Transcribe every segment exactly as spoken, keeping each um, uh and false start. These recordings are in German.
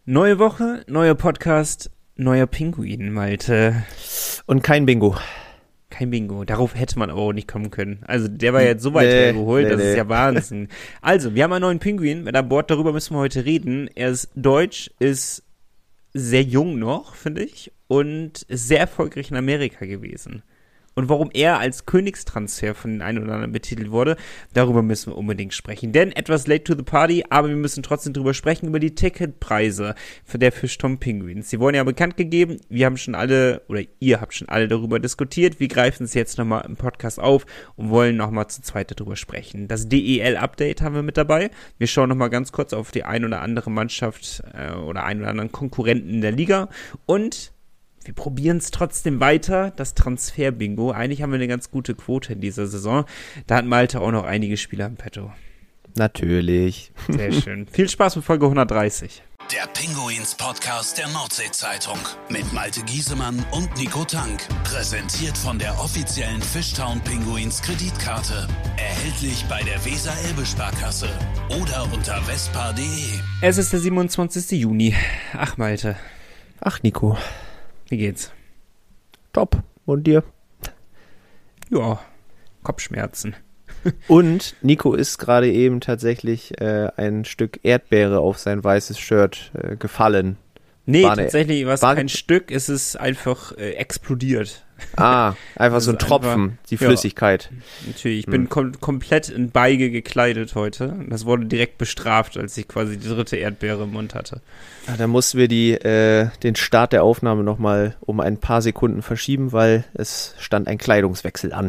Neue Woche, neuer Podcast, neuer Pinguin, Malte. Und kein Bingo. Kein Bingo. Darauf hätte man aber auch nicht kommen können. Also der war jetzt so weit nee, hergeholt, nee, das nee. ist ja Wahnsinn. Also, wir haben einen neuen Pinguin mit an Bord, darüber müssen wir heute reden. Er ist deutsch, ist sehr jung noch, finde ich, und ist sehr erfolgreich in Amerika gewesen. Und warum er als Königstransfer von den einen oder anderen betitelt wurde, darüber müssen wir unbedingt sprechen. Denn etwas late to the party, aber wir müssen trotzdem drüber sprechen, über die Ticketpreise für der Fischtom Penguins. Sie wurden ja bekannt gegeben, wir haben schon alle, oder ihr habt schon alle darüber diskutiert. Wir greifen es jetzt nochmal im Podcast auf und wollen nochmal zu zweit darüber sprechen. Das D E L-Update haben wir mit dabei. Wir schauen nochmal ganz kurz auf die ein oder andere Mannschaft äh, oder einen oder anderen Konkurrenten in der Liga und wir probieren es trotzdem weiter, das Transfer-Bingo. Eigentlich haben wir eine ganz gute Quote in dieser Saison. Da hat Malte auch noch einige Spieler im Petto. Natürlich. Sehr schön. Viel Spaß mit Folge hundertdreißig. Der Pinguins-Podcast der Nordsee-Zeitung mit Malte Giesemann und Nico Tank. Präsentiert von der offiziellen Fishtown Pinguins Kreditkarte. Erhältlich bei der Weser-Elbe-Sparkasse oder unter vespa punkt de. Es ist der siebenundzwanzigster Juni. Ach, Malte. Ach, Nico. Wie geht's? Top. Und dir? Ja, Kopfschmerzen. Und Nico ist gerade eben tatsächlich äh, ein Stück Erdbeere auf sein weißes Shirt äh, gefallen. Nee, war tatsächlich war es war kein Stück, es ist einfach äh, explodiert. Ah, einfach so ein Tropfen, einfach, die Flüssigkeit. Ja, natürlich, ich hm. bin kom- komplett in Beige gekleidet heute. Das wurde direkt bestraft, als ich quasi die dritte Erdbeere im Mund hatte. Ja, da mussten wir die, äh, den Start der Aufnahme nochmal um ein paar Sekunden verschieben, weil es stand ein Kleidungswechsel an.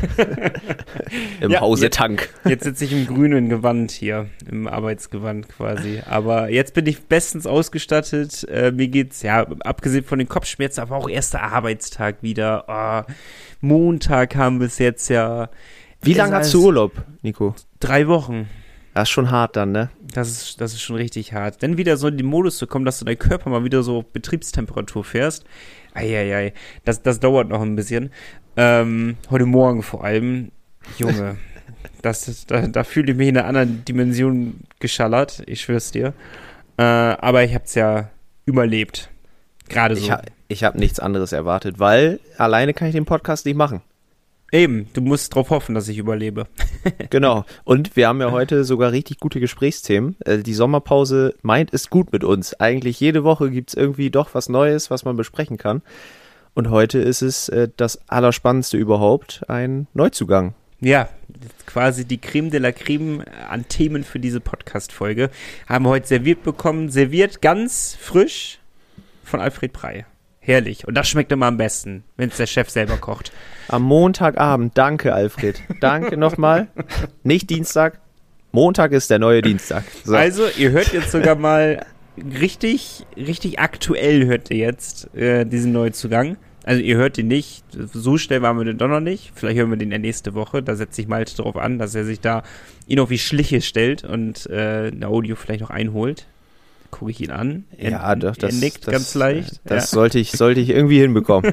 Im ja, Hause jetzt, Tank. Jetzt sitze ich im grünen Gewand hier, im Arbeitsgewand quasi. Aber jetzt bin ich bestens ausgestattet. Äh, mir geht's, ja, abgesehen von den Kopfschmerzen, aber auch erster Arbeitstag wieder. Oh, Montag haben wir es jetzt ja. Wie lange hast du Urlaub, Nico? Drei Wochen. Das ist schon hart dann, ne? Das ist, das ist schon richtig hart. Dann wieder so in den Modus zu kommen, dass du deinen Körper mal wieder so auf Betriebstemperatur fährst. Eieiei, das, das dauert noch ein bisschen. Ähm, heute Morgen vor allem. Junge, das, da, da fühle ich mich in einer anderen Dimension geschallert. Ich schwör's dir. Äh, aber ich hab's ja überlebt. Gerade so. Ich, ha- ich habe nichts anderes erwartet, weil alleine kann ich den Podcast nicht machen. Eben, du musst drauf hoffen, dass ich überlebe. Genau. Und wir haben ja heute sogar richtig gute Gesprächsthemen. Äh, die Sommerpause meint es gut mit uns. Eigentlich jede Woche gibt's irgendwie doch was Neues, was man besprechen kann. Und heute ist es äh, das Allerspannendste überhaupt, ein Neuzugang. Ja, quasi die Creme de la Creme an Themen für diese Podcast-Folge haben wir heute serviert bekommen. Serviert ganz frisch von Alfred Prey. Herrlich. Und das schmeckt immer am besten, wenn es der Chef selber kocht. Am Montagabend. Danke, Alfred. Danke nochmal. Nicht Dienstag. Montag ist der neue Dienstag. So. Also, ihr hört jetzt sogar mal richtig, richtig aktuell hört ihr jetzt äh, diesen Neuzugang. Also, ihr hört ihn nicht. So schnell waren wir den doch noch nicht. Vielleicht hören wir den ja nächste Woche. Da setzt sich Malte drauf an, dass er sich da ihn auf die Schliche stellt und äh, ein Audio vielleicht noch einholt. Gucke ich ihn an. Er, ja, doch, das, er nickt das, ganz leicht. Das ja. sollte ich, sollte ich irgendwie hinbekommen.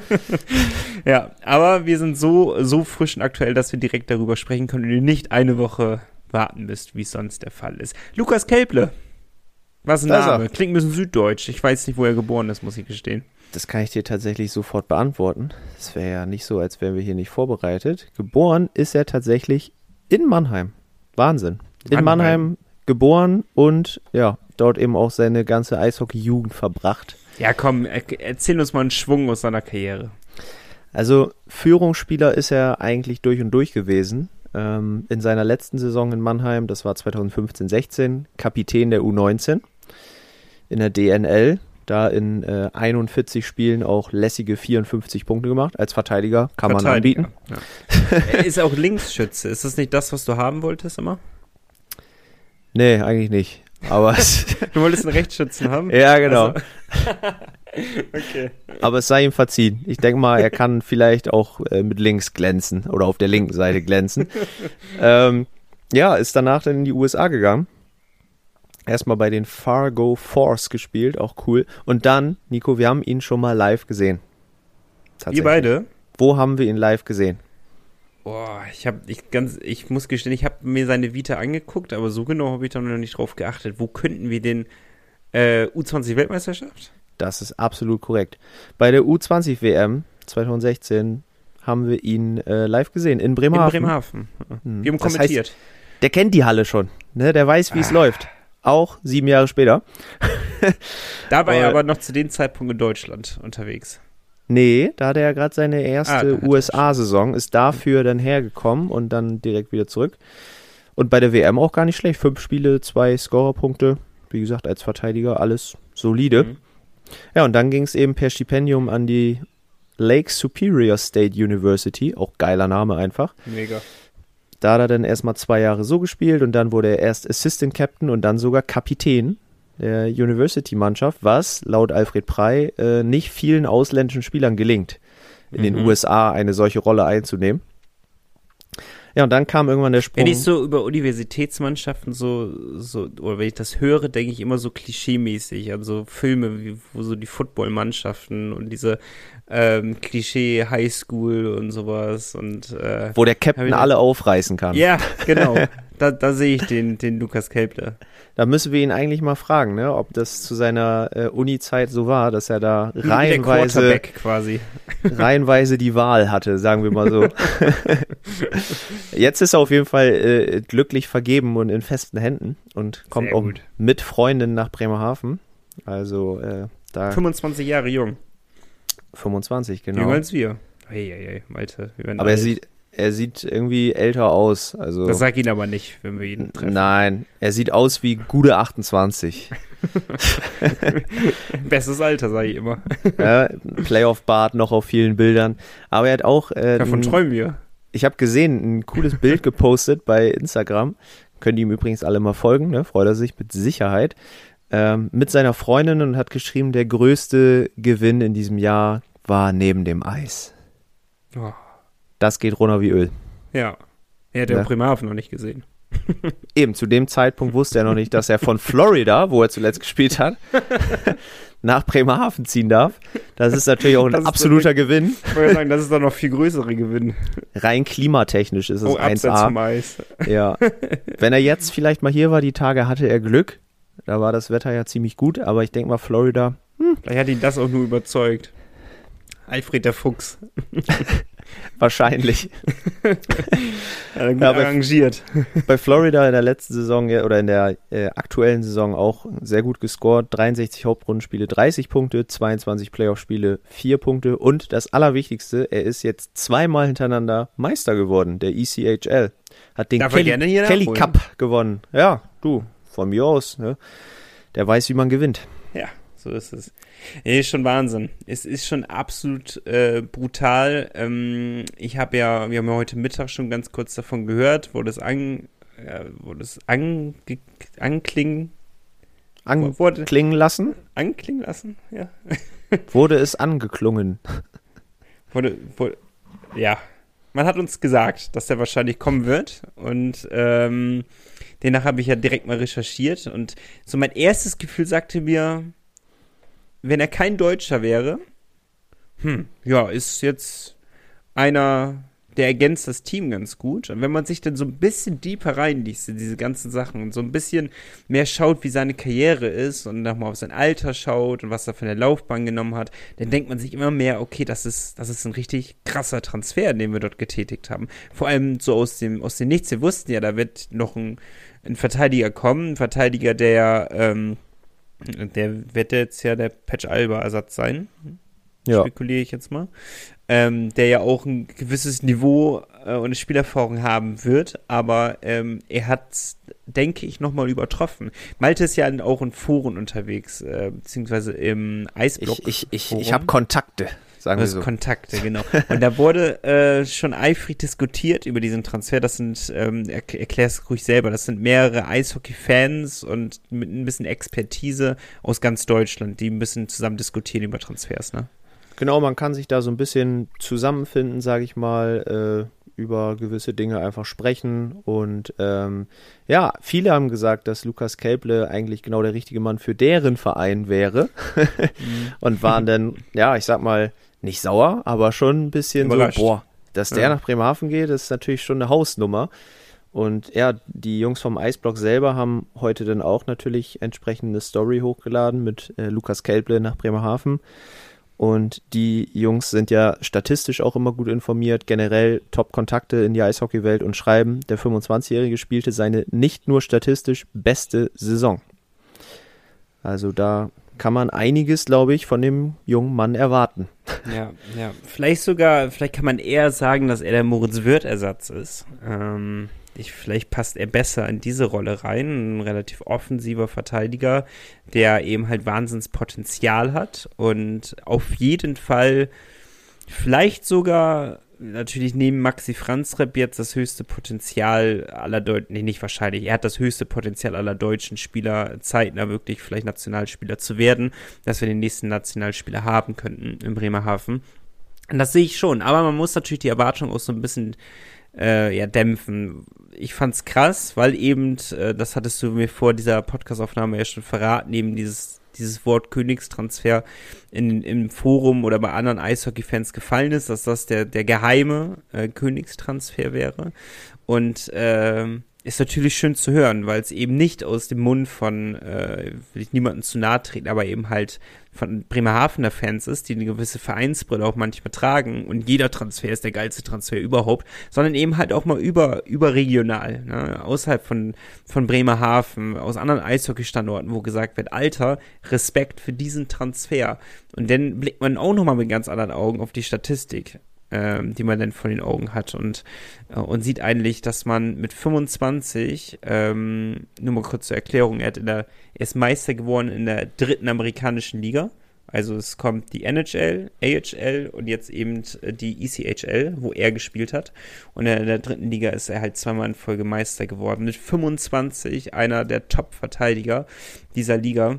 Ja, aber wir sind so, so frisch und aktuell, dass wir direkt darüber sprechen können und ihr nicht eine Woche warten müsst, wie es sonst der Fall ist. Lukas Kelble. Was ein Name. Klingt ein bisschen süddeutsch. Ich weiß nicht, wo er geboren ist, muss ich gestehen. Das kann ich dir tatsächlich sofort beantworten. Es wäre ja nicht so, als wären wir hier nicht vorbereitet. Geboren ist er tatsächlich in Mannheim. Wahnsinn. In Mannheim, Mannheim geboren und ja, dort eben auch seine ganze Eishockey-Jugend verbracht. Ja, komm, erzähl uns mal einen Schwung aus seiner Karriere. Also Führungsspieler ist er eigentlich durch und durch gewesen. Ähm, in seiner letzten Saison in Mannheim, das war zweitausendfünfzehn sechzehn, Kapitän der U neunzehn in der D N L. Da in äh, einundvierzig Spielen auch lässige vierundfünfzig Punkte gemacht. Als Verteidiger kann Verteidiger, man anbieten. Ja. Er ist auch Linksschütze. Ist das nicht das, was du haben wolltest immer? Nee, eigentlich nicht. Aber du wolltest einen Rechtsschützen haben? Ja, genau. Also. Okay. Aber es sei ihm verziehen. Ich denke mal, er kann vielleicht auch äh, mit links glänzen oder auf der linken Seite glänzen. ähm, ja, ist danach dann in die U S A gegangen. Erstmal bei den Fargo Force gespielt, auch cool. Und dann, Nico, wir haben ihn schon mal live gesehen. Wir beide? Wo haben wir ihn live gesehen? Boah, ich habe ich ganz, ich muss gestehen, ich habe mir seine Vita angeguckt, aber so genau habe ich da noch nicht drauf geachtet. Wo könnten wir den Äh, U zwanzig Weltmeisterschaft? Das ist absolut korrekt. Bei der U zwanzig W M zwanzig sechzehn haben wir ihn äh, live gesehen in Bremerhaven. In Bremerhaven. Hm. Wir haben Das kommentiert. heißt, der kennt die Halle schon, ne? Der weiß, wie es Ah. läuft. Auch sieben Jahre später. Dabei Aber- aber noch zu dem Zeitpunkt in Deutschland unterwegs. Nee, da hat er ja gerade seine Ah, erste da hat er U S A-Saison, ist dafür dann hergekommen und dann direkt wieder zurück. Und bei der W M auch gar nicht schlecht. Fünf Spiele, zwei Scorerpunkte. Wie gesagt, als Verteidiger alles solide. Mhm. Ja, und dann ging es eben per Stipendium an die Lake Superior State University. Auch geiler Name einfach. Mega. Da hat er dann erstmal zwei Jahre so gespielt und dann wurde er erst Assistant Captain und dann sogar Kapitän der University-Mannschaft, was laut Alfred Prey äh, nicht vielen ausländischen Spielern gelingt, in Mhm. den U S A eine solche Rolle einzunehmen. Ja, und dann kam irgendwann der Sprung. Wenn ich so über Universitätsmannschaften so, so, oder wenn ich das höre, denke ich immer so klischee-mäßig an so Filme, wie, wo so die Footballmannschaften und diese ähm, Klischee-Highschool und sowas und äh, wo der Hab Captain ich- alle aufreißen kann. ja, genau. Da, da sehe ich den, den Lukas Kelple. Da müssen wir ihn eigentlich mal fragen, ne, ob das zu seiner äh, Uni-Zeit so war, dass er da Wie der reihenweise, Quarterback quasi. reihenweise die Wahl hatte, sagen wir mal so. Jetzt ist er auf jeden Fall äh, glücklich vergeben und in festen Händen und kommt Sehr auch gut. mit Freundin nach Bremerhaven. Also äh, da fünfundzwanzig Jahre jung. fünfundzwanzig, Jünger genau. als wir. Hey, hey, hey, Malte. Wir werden Aber er alt. sieht, er sieht irgendwie älter aus. Also Das sag ihn aber nicht, wenn wir ihn treffen. nein, er sieht aus wie gute achtundzwanzig. Bestes Alter, sage ich immer. Ja, Playoff-Bart noch auf vielen Bildern. Aber er hat auch, äh, Davon ein, träumen wir. ich habe gesehen, ein cooles Bild gepostet bei Instagram. Könnt ihr ihm übrigens alle mal folgen, ne? Freut er sich mit Sicherheit. Ähm, mit seiner Freundin und hat geschrieben, der größte Gewinn in diesem Jahr war neben dem Eis. Oh, Das geht runter wie Öl. ja. Er hat ja Ja. Bremerhaven noch nicht gesehen. Eben, zu dem Zeitpunkt wusste er noch nicht, dass er von Florida, wo er zuletzt gespielt hat, nach Bremerhaven ziehen darf. Das ist natürlich auch ein Das ist absoluter Gewinn. Ich wollte sagen, das ist doch noch viel größere Gewinn. Rein klimatechnisch ist es Oh, eins abseits A. vom Eis. Ja. Wenn er jetzt vielleicht mal hier war, die Tage hatte er Glück. Da war das Wetter ja ziemlich gut, aber ich denke mal, Florida, Vielleicht hat ihn das auch nur überzeugt. Alfred der Fuchs. wahrscheinlich. Hat er gut Ja, aber- arrangiert. Bei Florida in der letzten Saison ja, oder in der äh, aktuellen Saison auch sehr gut gescored. dreiundsechzig Hauptrundenspiele, dreißig Punkte, zweiundzwanzig Playoff-Spiele, vier Punkte. Und das Allerwichtigste, er ist jetzt zweimal hintereinander Meister geworden, der E C H L. Hat den Darf er Kelly, gerne hier Kelly nachholen. Cup gewonnen. Ja, du, von mir aus. Ne? Der weiß, wie man gewinnt. Ja, so ist es. Nee, ist schon Wahnsinn. Es ist schon absolut äh, brutal. Ähm, ich habe ja, wir haben ja heute Mittag schon ganz kurz davon gehört, wo das an, äh, wo das ange, anklingen, wurde, Anklingen lassen, anklingen lassen, ja. wurde es angeklungen. Wurde, wurde, ja. Man hat uns gesagt, dass der wahrscheinlich kommen wird und ähm, demnach habe ich ja direkt mal recherchiert und so mein erstes Gefühl sagte mir, wenn er kein Deutscher wäre, hm, ja, ist jetzt einer, der ergänzt das Team ganz gut. Und wenn man sich dann so ein bisschen deeper reinliest in diese ganzen Sachen und so ein bisschen mehr schaut, wie seine Karriere ist und nochmal auf sein Alter schaut und was er für eine Laufbahn genommen hat, dann denkt man sich immer mehr, okay, das ist, das ist ein richtig krasser Transfer, den wir dort getätigt haben. Vor allem so aus dem, aus dem Nichts. Wir wussten ja, da wird noch ein, ein Verteidiger kommen, ein Verteidiger, der, ähm, der wird jetzt ja der Patch-Alba-Ersatz sein. Ja. Spekuliere ich jetzt mal. Ähm, der ja auch ein gewisses Niveau äh, und eine Spielerfahrung haben wird, aber ähm, er hat, denke ich, nochmal übertroffen. Malte ist ja auch in Foren unterwegs, äh, beziehungsweise im Eisblock. Ich, ich, ich, ich habe Kontakte, sagen wir Also so. Kontakte, genau. Und da wurde äh, schon eifrig diskutiert über diesen Transfer. Das sind, ähm, er, erklär es ruhig selber, das sind mehrere Eishockey-Fans und mit ein bisschen Expertise aus ganz Deutschland, die ein bisschen zusammen diskutieren über Transfers, ne? Genau, man kann sich da so ein bisschen zusammenfinden, sage ich mal, äh, über gewisse Dinge einfach sprechen. Und ähm, ja, viele haben gesagt, dass Lukas Kelple eigentlich genau der richtige Mann für deren Verein wäre. Mhm. Und waren dann, ja, ich sag mal, nicht sauer, aber schon ein bisschen so, Überrascht. boah, dass der Ja. nach Bremerhaven geht, ist natürlich schon eine Hausnummer. Und ja, die Jungs vom Eisblock selber haben heute dann auch natürlich entsprechende Story hochgeladen mit äh, Lukas Kelble nach Bremerhaven. Und die Jungs sind ja statistisch auch immer gut informiert, generell Top-Kontakte in die Eishockeywelt und schreiben, der fünfundzwanzigjährige spielte seine nicht nur statistisch beste Saison. Also da kann man einiges, glaube ich, von dem jungen Mann erwarten. Ja, ja. Vielleicht sogar, vielleicht kann man eher sagen, dass er der Moritz Wirth-Ersatz ist. Ähm, ich, vielleicht passt er besser in diese Rolle rein. Ein relativ offensiver Verteidiger, der eben halt Wahnsinnspotenzial hat und auf jeden Fall vielleicht sogar natürlich neben Maxi Franzreb jetzt das höchste Potenzial aller Deutschen, nee, nicht wahrscheinlich, er hat das höchste Potenzial aller deutschen Spieler, zeitnah wirklich vielleicht Nationalspieler zu werden, dass wir den nächsten Nationalspieler haben könnten in Bremerhaven. Und das sehe ich schon, aber man muss natürlich die Erwartung auch so ein bisschen äh, ja, dämpfen. Ich fand's krass, weil eben, äh, das hattest du mir vor dieser Podcastaufnahme ja schon verraten, eben dieses dieses Wort Königstransfer in, im Forum oder bei anderen Eishockey-Fans gefallen ist, dass das der, der geheime äh, Königstransfer wäre. Und äh, ist natürlich schön zu hören, weil es eben nicht aus dem Mund von, äh, will ich niemandem zu nahe treten, aber eben halt von Bremerhavener Fans ist, die eine gewisse Vereinsbrille auch manchmal tragen und jeder Transfer ist der geilste Transfer überhaupt, sondern eben halt auch mal über, überregional, ne? Außerhalb von, von Bremerhaven, aus anderen Eishockey-Standorten, wo gesagt wird, Alter, Respekt für diesen Transfer. Und dann blickt man auch nochmal mit ganz anderen Augen auf die Statistik, ähm, die man dann vor den Augen hat und, äh, und sieht eigentlich, dass man mit fünfundzwanzig, ähm, nur mal kurz zur Erklärung, er, hat in der, er ist Meister geworden in der dritten amerikanischen Liga. Also es kommt die N H L, A H L und jetzt eben die E C H L, wo er gespielt hat. Und in der dritten Liga ist er halt zweimal in Folge Meister geworden. Mit fünfundzwanzig einer der Top-Verteidiger dieser Liga.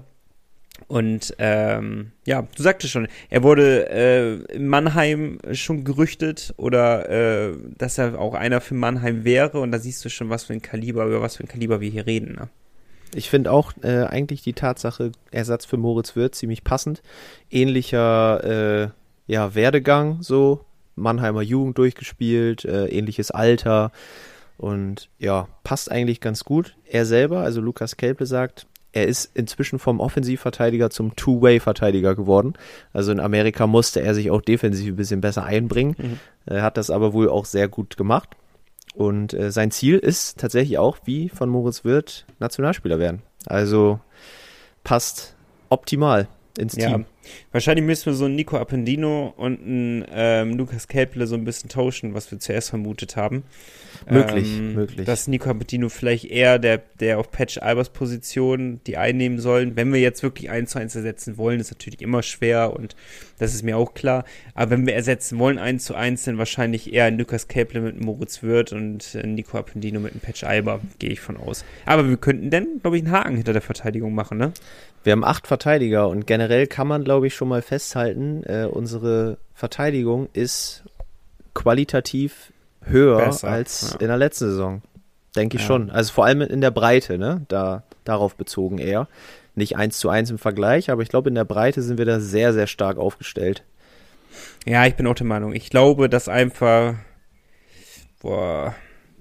Und ähm, ja, du sagtest schon, er wurde äh, in Mannheim schon gerüchtet oder äh, dass er auch einer für Mannheim wäre. Und da siehst du schon, was für ein Kaliber, über was für ein Kaliber wir hier reden, ne? Ich finde auch äh, eigentlich die Tatsache, Ersatz für Moritz Wirth, ziemlich passend. Ähnlicher äh, ja, Werdegang, so Mannheimer Jugend durchgespielt, äh, ähnliches Alter und ja, passt eigentlich ganz gut. Er selber, also Lukas Kelble sagt, er ist inzwischen vom Offensivverteidiger zum Two-Way-Verteidiger geworden. Also in Amerika musste er sich auch defensiv ein bisschen besser einbringen. Mhm. Er hat das aber wohl auch sehr gut gemacht. Und äh, sein Ziel ist tatsächlich auch, wie von Moritz Wirth, Nationalspieler werden. Also passt optimal ins ja, Team. Wahrscheinlich müssen wir so einen Nico Appendino und einen ähm, Lukas Kelble so ein bisschen tauschen, was wir zuerst vermutet haben. Möglich, ähm, möglich. Dass Nico Appendino vielleicht eher der, der auf Patch Albers Position die einnehmen sollen. Wenn wir jetzt wirklich eins zu eins ersetzen wollen, ist natürlich immer schwer und das ist mir auch klar. Aber wenn wir ersetzen wollen eins zu eins, dann wahrscheinlich eher Lukas Kelble mit Moritz Wirth und äh, Nico Appendino mit dem Patch Alber, gehe ich von aus. Aber wir könnten dann, glaube ich, einen Haken hinter der Verteidigung machen, ne? Wir haben acht Verteidiger und generell kann man, glaube ich, schon mal festhalten, äh, unsere Verteidigung ist qualitativ höher Besser, als ja. in der letzten Saison. Denke ich ja. schon. Also vor allem in der Breite, ne? Da, darauf bezogen eher. Nicht eins zu eins im Vergleich, aber ich glaube, in der Breite sind wir da sehr, sehr stark aufgestellt. Ja, ich bin auch der Meinung. Ich glaube, dass einfach boah,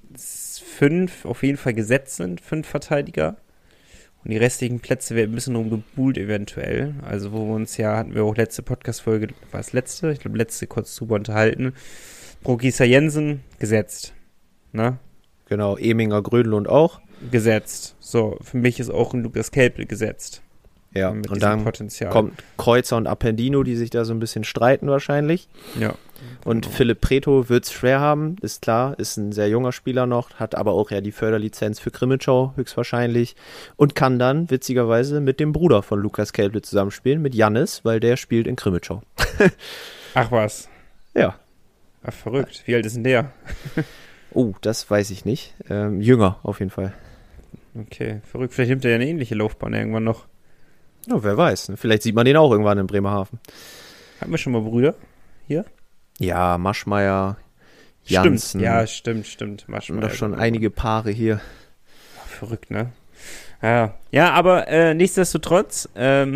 fünf auf jeden Fall gesetzt sind, fünf Verteidiger. Und die restlichen Plätze werden ein bisschen rumgebuhlt eventuell. Also wo wir uns ja, hatten wir auch letzte Podcast-Folge, war es letzte? Ich glaube letzte kurz drüber unterhalten. Brogisa Jensen, gesetzt. Ne? Genau, Eminger Grönlund auch. Gesetzt. So, für mich ist auch ein Lukas Kelble gesetzt. Ja, und dann Potenzial. Kommt Kreuzer und Appendino, die sich da so ein bisschen streiten wahrscheinlich. Ja. Und genau. Philipp Preto wird es schwer haben, ist klar, ist ein sehr junger Spieler noch, hat aber auch ja die Förderlizenz für Krimitschau höchstwahrscheinlich und kann dann witzigerweise mit dem Bruder von Lukas Kelble zusammenspielen, mit Jannis, weil der spielt in Krimitschau. Ach was. Ja. Ach, verrückt. Wie alt ist denn der? Oh, das weiß ich nicht. Ähm, jünger auf jeden Fall. Okay, verrückt. Vielleicht nimmt er ja eine ähnliche Laufbahn irgendwann noch. Ja, wer weiß. Vielleicht sieht man den auch irgendwann in Bremerhaven. Hatten wir schon mal Brüder hier? Ja, Maschmeyer, Janssen. Stimmt, ja, stimmt, stimmt. Maschmeyer. Und doch schon einige Paare hier. Ja, verrückt, ne? Ja, ja aber äh, nichtsdestotrotz, ähm,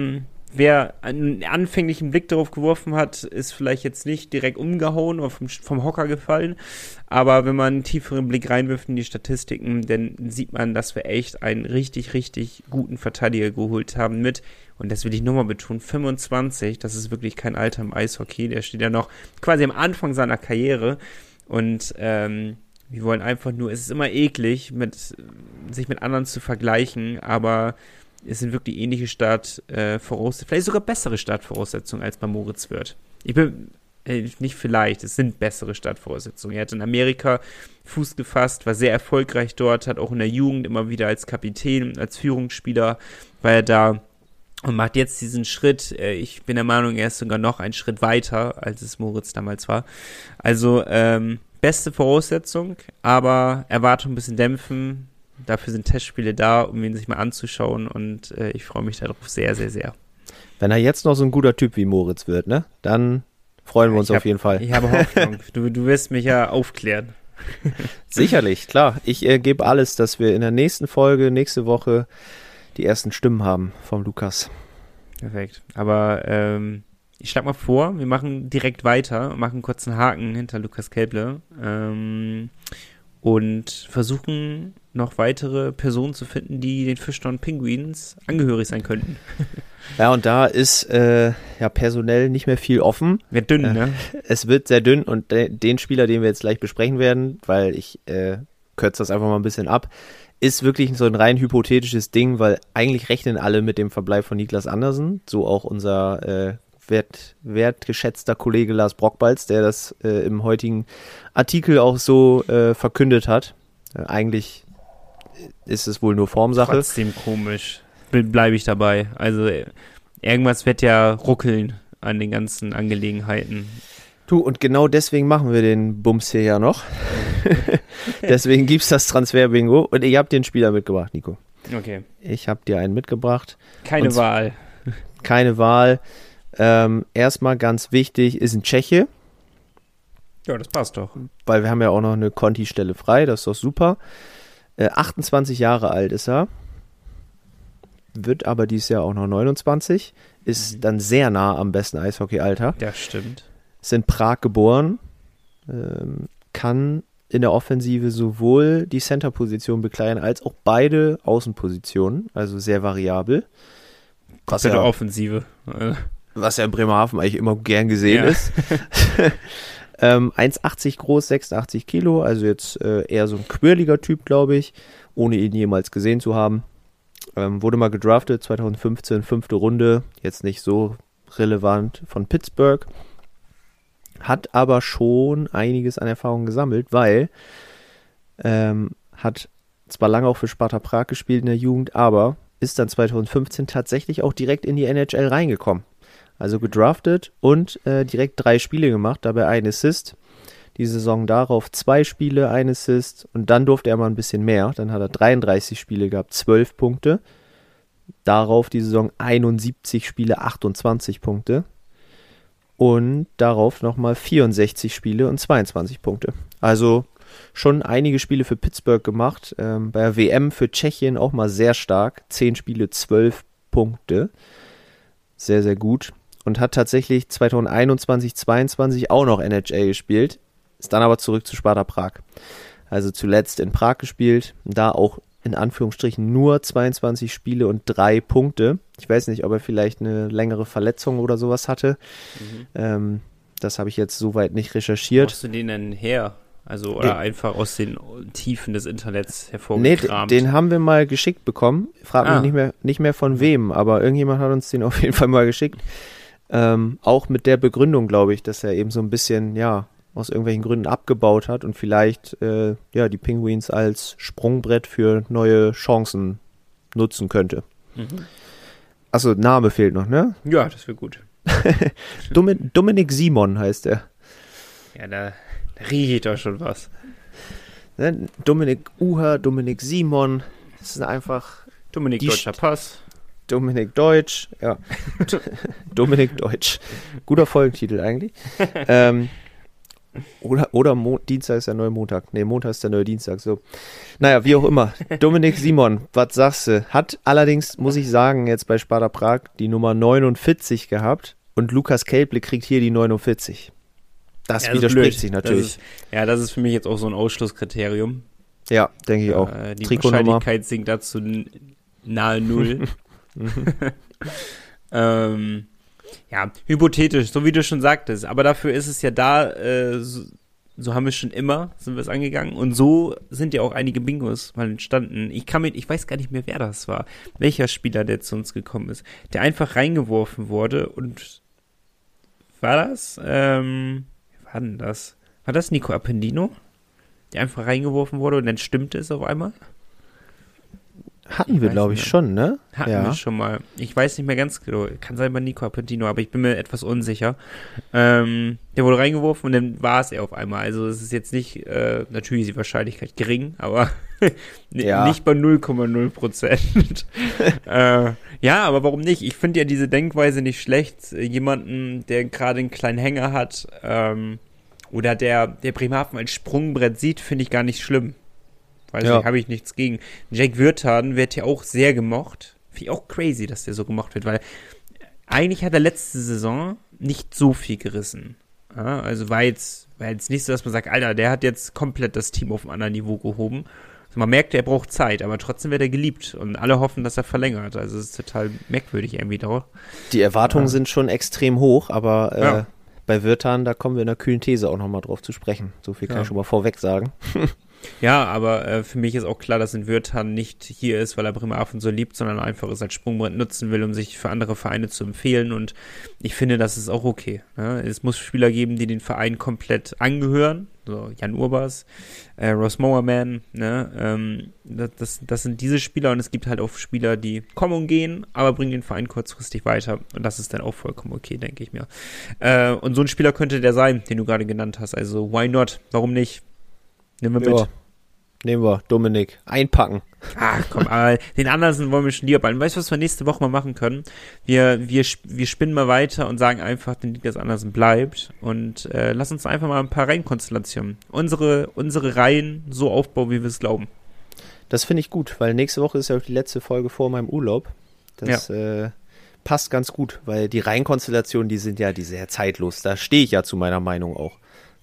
wer einen anfänglichen Blick darauf geworfen hat, ist vielleicht jetzt nicht direkt umgehauen oder vom, vom Hocker gefallen. Aber wenn man einen tieferen Blick reinwirft in die Statistiken, dann sieht man, dass wir echt einen richtig, richtig guten Verteidiger geholt haben mit, und das will ich nochmal betonen, fünfundzwanzig, das ist wirklich kein Alter im Eishockey, der steht ja noch quasi am Anfang seiner Karriere. Und ähm, wir wollen einfach nur, es ist immer eklig, mit, sich mit anderen zu vergleichen, aber es sind wirklich ähnliche Startvoraussetzungen, vielleicht sogar bessere Startvoraussetzungen als bei Moritz Wirth. Ich bin, äh, nicht vielleicht, es sind bessere Startvoraussetzungen. Er hat in Amerika Fuß gefasst, war sehr erfolgreich dort, hat auch in der Jugend immer wieder als Kapitän, als Führungsspieler, war er da und macht jetzt diesen Schritt. Ich bin der Meinung, er ist sogar noch einen Schritt weiter, als es Moritz damals war. Also, ähm, beste Voraussetzung, aber Erwartung ein bisschen dämpfen. Dafür sind Testspiele da, um ihn sich mal anzuschauen, und äh, ich freue mich darauf sehr, sehr, sehr. Wenn er jetzt noch so ein guter Typ wie Moritz wird, ne, dann freuen wir uns ich auf hab, jeden Fall. Ich habe Hoffnung. du, du wirst mich ja aufklären. Sicherlich, klar. Ich äh, gebe alles, dass wir in der nächsten Folge, nächste Woche, die ersten Stimmen haben vom Lukas. Perfekt. Aber ähm, ich schlage mal vor, wir machen direkt weiter und machen kurz einen Haken hinter Lukas Kelble ähm, und versuchen noch weitere Personen zu finden, die den Fishtown Penguins angehörig sein könnten. Ja, und da ist äh, ja personell nicht mehr viel offen. Wird dünn, äh, ne? Es wird sehr dünn, und de- den Spieler, den wir jetzt gleich besprechen werden, weil ich äh, kürze das einfach mal ein bisschen ab, ist wirklich so ein rein hypothetisches Ding, weil eigentlich rechnen alle mit dem Verbleib von Niklas Andersen, so auch unser äh, wert, wertgeschätzter Kollege Lars Brockbalz, der das äh, im heutigen Artikel auch so äh, verkündet hat. Äh, eigentlich ist es wohl nur Formsache. Trotzdem komisch. Bleibe ich dabei. Also irgendwas wird ja ruckeln an den ganzen Angelegenheiten. Du, und genau deswegen machen wir den Bums hier ja noch. Deswegen gibt's das Transfer-Bingo. Und ich habe den Spieler mitgebracht, Nico. Okay. Ich habe dir einen mitgebracht. Keine und Wahl. Keine Wahl. Ähm, erstmal ganz wichtig, ist ein Tscheche. Ja, das passt doch. Weil wir haben ja auch noch eine Conti-Stelle frei, das ist doch super. Äh, achtundzwanzig Jahre alt ist er. Wird aber dieses Jahr auch noch neunundzwanzig. Ist mhm. dann sehr nah am besten Eishockey-Alter. Das stimmt. Ist in Prag geboren. Ähm, kann in der Offensive sowohl die Center-Position bekleiden, als auch beide Außenpositionen. Also sehr variabel. Was ja, Offensive. Was ja in Bremerhaven eigentlich immer gern gesehen ja. ist. ähm, eins Komma achtzig groß, sechsundachtzig Kilo. Also jetzt äh, eher so ein quirliger Typ, glaube ich. Ohne ihn jemals gesehen zu haben. Ähm, wurde mal gedraftet, zwanzig fünfzehn, fünfte Runde, jetzt nicht so relevant, von Pittsburgh. Hat aber schon einiges an Erfahrung gesammelt, weil ähm, hat zwar lange auch für Sparta Prag gespielt in der Jugend, aber ist dann zwanzig fünfzehn tatsächlich auch direkt in die N H L reingekommen. Also gedraftet und äh, direkt drei Spiele gemacht, dabei ein Assist. Die Saison darauf zwei Spiele, ein Assist, und dann durfte er mal ein bisschen mehr. Dann hat er dreiunddreißig Spiele gehabt, zwölf Punkte. Darauf die Saison einundsiebzig Spiele, achtundzwanzig Punkte. Und darauf nochmal vierundsechzig Spiele und zweiundzwanzig Punkte. Also schon einige Spiele für Pittsburgh gemacht. Ähm, bei der W M für Tschechien auch mal sehr stark. zehn Spiele, zwölf Punkte. Sehr, sehr gut. Und hat tatsächlich zwanzig einundzwanzig, zweiundzwanzig auch noch N H L gespielt. Ist dann aber zurück zu Sparta Prag. Also zuletzt in Prag gespielt. Da auch in Anführungsstrichen nur zweiundzwanzig Spiele und drei Punkte. Ich weiß nicht, ob er vielleicht eine längere Verletzung oder sowas hatte. Mhm. Ähm, das habe ich jetzt soweit nicht recherchiert. Wo hast du den denn her? Also, oder den, einfach aus den Tiefen des Internets hervorgekramt? Nee, den haben wir mal geschickt bekommen. Frag ah. mich nicht mehr, nicht mehr von wem, aber irgendjemand hat uns den auf jeden Fall mal geschickt. Ähm, auch mit der Begründung, glaube ich, dass er eben so ein bisschen, ja, aus irgendwelchen Gründen abgebaut hat und vielleicht äh, ja, die Penguins als Sprungbrett für neue Chancen nutzen könnte. Mhm. Achso, Name fehlt noch, ne? Ja, das wäre gut. Domin- Dominik Simon heißt er. Ja, da, da rieche ich doch schon was. Ne? Dominik Uher, Dominik Simon, das sind einfach... Dominik Deutscher St- Pass. Dominik Deutsch, ja. Dominik Deutsch. Guter Folgentitel eigentlich. ähm, Oder, oder Mo- Dienstag ist der neue Montag. Nee, Montag ist der neue Dienstag. So. Naja, wie auch immer. Dominik Simon, was sagst du? Hat allerdings, muss ich sagen, jetzt bei Sparta Prag die Nummer neunundvierzig gehabt und Lukas Kelble kriegt hier die neunundvierzig. Das ja, widerspricht das sich natürlich. Das ist, ja, das ist für mich jetzt auch so ein Ausschlusskriterium. Ja, denke ich auch. Äh, die Trikotnummer. Wahrscheinlichkeit sinkt dazu n- nahe Null. ähm, ja, hypothetisch, so wie du schon sagtest. Aber dafür ist es ja da, äh, so, so haben wir schon immer, sind wir es angegangen. Und so sind ja auch einige Bingos mal entstanden. Ich kann mir, ich weiß gar nicht mehr, wer das war. Welcher Spieler, der zu uns gekommen ist. Der einfach reingeworfen wurde und war das? Ähm, wie war denn das? War das Nico Appendino? Der einfach reingeworfen wurde und dann stimmte es auf einmal? Hatten wir, glaube ich, schon, ne? Hatten ja. wir schon mal. Ich weiß nicht mehr ganz genau. Kann sein bei Nico Appendino, aber ich bin mir etwas unsicher. Ähm, der wurde reingeworfen und dann war es er auf einmal. Also es ist jetzt nicht, äh, natürlich ist die Wahrscheinlichkeit gering, aber ja. nicht bei null Komma null Prozent. äh, ja, aber warum nicht? Ich finde ja diese Denkweise nicht schlecht. Jemanden, der gerade einen kleinen Hänger hat, ähm, oder der, der Bremerhaven als Sprungbrett sieht, finde ich gar nicht schlimm. Weiß ja. nicht, habe ich nichts gegen. Jake Wirthan wird ja auch sehr gemocht. Finde ich auch crazy, dass der so gemocht wird, weil eigentlich hat er letzte Saison nicht so viel gerissen. Ja, also war jetzt, war jetzt nicht so, dass man sagt, Alter, der hat jetzt komplett das Team auf ein anderes Niveau gehoben. Also man merkt, er braucht Zeit, aber trotzdem wird er geliebt und alle hoffen, dass er verlängert. Also es ist total merkwürdig irgendwie doch. Die Erwartungen ja. sind schon extrem hoch, aber äh, ja. bei Wirthan, da kommen wir in der kühlen These auch nochmal drauf zu sprechen. So viel kann ja. ich schon mal vorweg sagen. Ja, aber äh, für mich ist auch klar, dass ein Wirthan nicht hier ist, weil er Bremerhaven so liebt, sondern einfach es als Sprungbrett nutzen will, um sich für andere Vereine zu empfehlen. Und ich finde, das ist auch okay. Ne? Es muss Spieler geben, die den Verein komplett angehören. So Jan Urbas, äh, Ross Mowerman. Ne? Ähm, das, das, das sind diese Spieler und es gibt halt auch Spieler, die kommen und gehen, aber bringen den Verein kurzfristig weiter. Und das ist dann auch vollkommen okay, denke ich mir. Äh, und so ein Spieler könnte der sein, den du gerade genannt hast. Also why not? Warum nicht? Nehmen wir ja. mit. Nehmen wir, Dominik. Einpacken. Ach komm, aber den Andersen wollen wir schon lieber behalten. Weißt du, was wir nächste Woche mal machen können? Wir, wir, wir spinnen mal weiter und sagen einfach, den Niklas Andersen bleibt. Und äh, lass uns einfach mal ein paar Reihenkonstellationen. Unsere, unsere Reihen so aufbauen, wie wir es glauben. Das finde ich gut, weil nächste Woche ist ja auch die letzte Folge vor meinem Urlaub. Das ja. äh, passt ganz gut, weil die Reihenkonstellationen, die sind ja die sehr zeitlos. Da stehe ich ja zu meiner Meinung auch.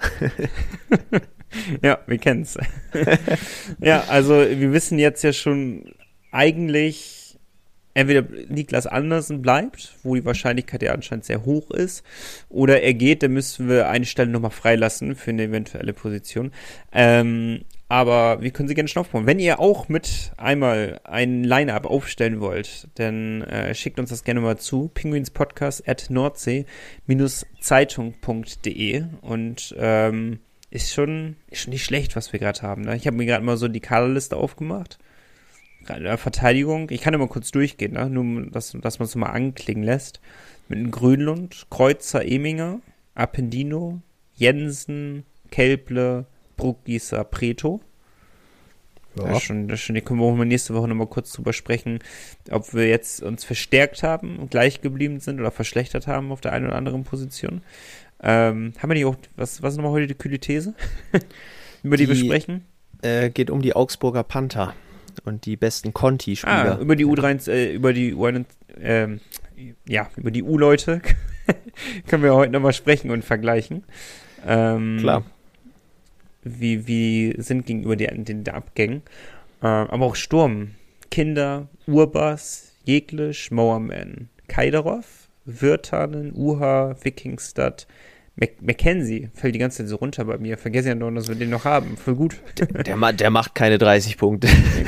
Ja, wir kennen's. Ja, also wir wissen jetzt ja schon eigentlich, entweder Niklas Andersen bleibt, wo die Wahrscheinlichkeit ja anscheinend sehr hoch ist, oder er geht, dann müssen wir eine Stelle nochmal freilassen für eine eventuelle Position. Ähm, aber wir können sie gerne schon aufbauen. Wenn ihr auch mit einmal ein Line-Up aufstellen wollt, dann äh, schickt uns das gerne mal zu, pinguinspodcast at nordsee Zeitung punkt de und ähm, Ist schon, ist schon nicht schlecht, was wir gerade haben. Ne? Ich habe mir gerade mal so die Kaderliste aufgemacht. Gerade in der Verteidigung. Ich kann ja mal kurz durchgehen, ne? Nur, dass, dass man es mal anklingen lässt. Mit einem Grönlund, Kreuzer, Eminger, Appendino, Jensen, Kelble, Bruckgießer, Preto. Ja. Das ist schon, das ist schon, die können wir auch mal nächste Woche nochmal kurz drüber sprechen, ob wir jetzt uns verstärkt haben und gleich geblieben sind oder verschlechtert haben auf der einen oder anderen Position. Ähm, haben wir nicht auch, was, was ist nochmal heute die kühle These, über die, die wir sprechen? Äh, geht um die Augsburger Panther und die besten Conti-Spieler. Ah, über die U drei, äh, über die U eins, ähm, ja, über die U-Leute können wir heute nochmal sprechen und vergleichen. Ähm, Klar. Wie, wie sind gegenüber den, den Abgängen. Äh, aber auch Sturm, Kinder, Urbas, Jeglisch, Mowerman, Kaiderov, Wirtanen, Uha, Wikingstad, Mac- Mackenzie, fällt die ganze Zeit so runter bei mir. Vergesse ja noch, dass wir den noch haben. Voll gut. Der, der, der macht keine dreißig Punkte.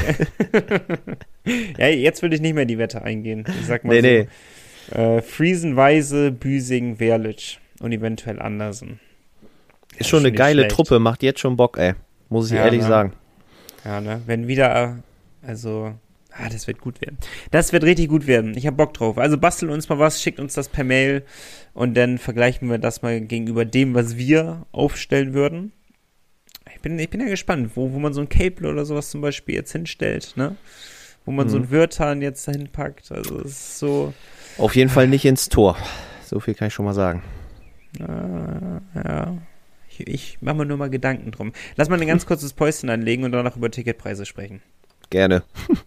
Ja, jetzt würde ich nicht mehr in die Wette eingehen. Ich sag mal nee, so. Nee. Äh, Friesenweise, Büsing, Werlitsch und eventuell Andersen. Ist schon eine geile schlecht. Truppe, macht jetzt schon Bock, ey. Muss ich ja, ehrlich ne? sagen. Ja, ne? Wenn wieder, also, ah, das wird gut werden. Das wird richtig gut werden. Ich hab Bock drauf. Also bastelt uns mal was, schickt uns das per Mail und dann vergleichen wir das mal gegenüber dem, was wir aufstellen würden. Ich bin, ich bin ja gespannt, wo, wo man so ein Cable oder sowas zum Beispiel jetzt hinstellt, ne? Wo man mhm. so ein Wirtan jetzt dahin packt. Also es ist so. Auf jeden Fall nicht ins Tor. So viel kann ich schon mal sagen. Äh, ja. Ich, ich mache mir nur mal Gedanken drum. Lass mal ein ganz kurzes Päuschen anlegen und danach über Ticketpreise sprechen. Gerne.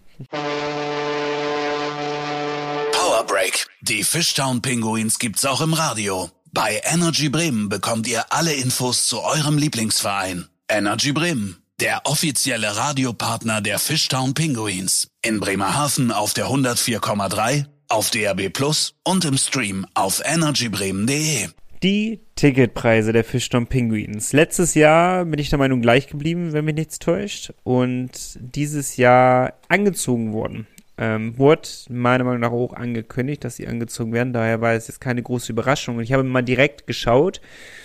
Power Break. Die Fishtown Pinguins gibt's auch im Radio. Bei Energy Bremen bekommt ihr alle Infos zu eurem Lieblingsverein. Energy Bremen, der offizielle Radiopartner der Fishtown Pinguins. In Bremerhaven auf der hundertvier Komma drei, auf D A B Plus und im Stream auf energy bremen punkt de. Die Ticketpreise der Fishtown Pinguins. Letztes Jahr bin ich der Meinung gleich geblieben, wenn mich nichts täuscht. Und dieses Jahr angezogen worden. Ähm, wurde meiner Meinung nach auch angekündigt, dass sie angezogen werden. Daher war es jetzt keine große Überraschung. Und ich habe mal direkt geschaut,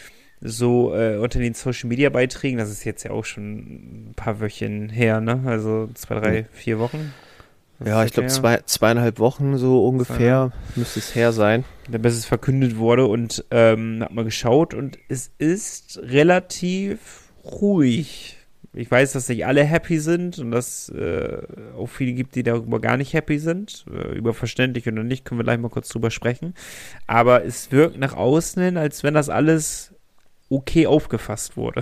so äh, unter den Social-Media-Beiträgen. Das ist jetzt ja auch schon ein paar Wöchen her, ne? Also zwei, drei, mhm. vier Wochen. Was ja, ich glaube zwei, zweieinhalb Wochen so ungefähr Zwei, müsste es her sein. Bis es verkündet wurde und ähm, hat mal geschaut und es ist relativ ruhig. Ich weiß, dass nicht alle happy sind und dass äh, auch viele gibt, die darüber gar nicht happy sind. Äh, über verständlich oder nicht, können wir gleich mal kurz drüber sprechen. Aber es wirkt nach außen hin, als wenn das alles okay aufgefasst wurde.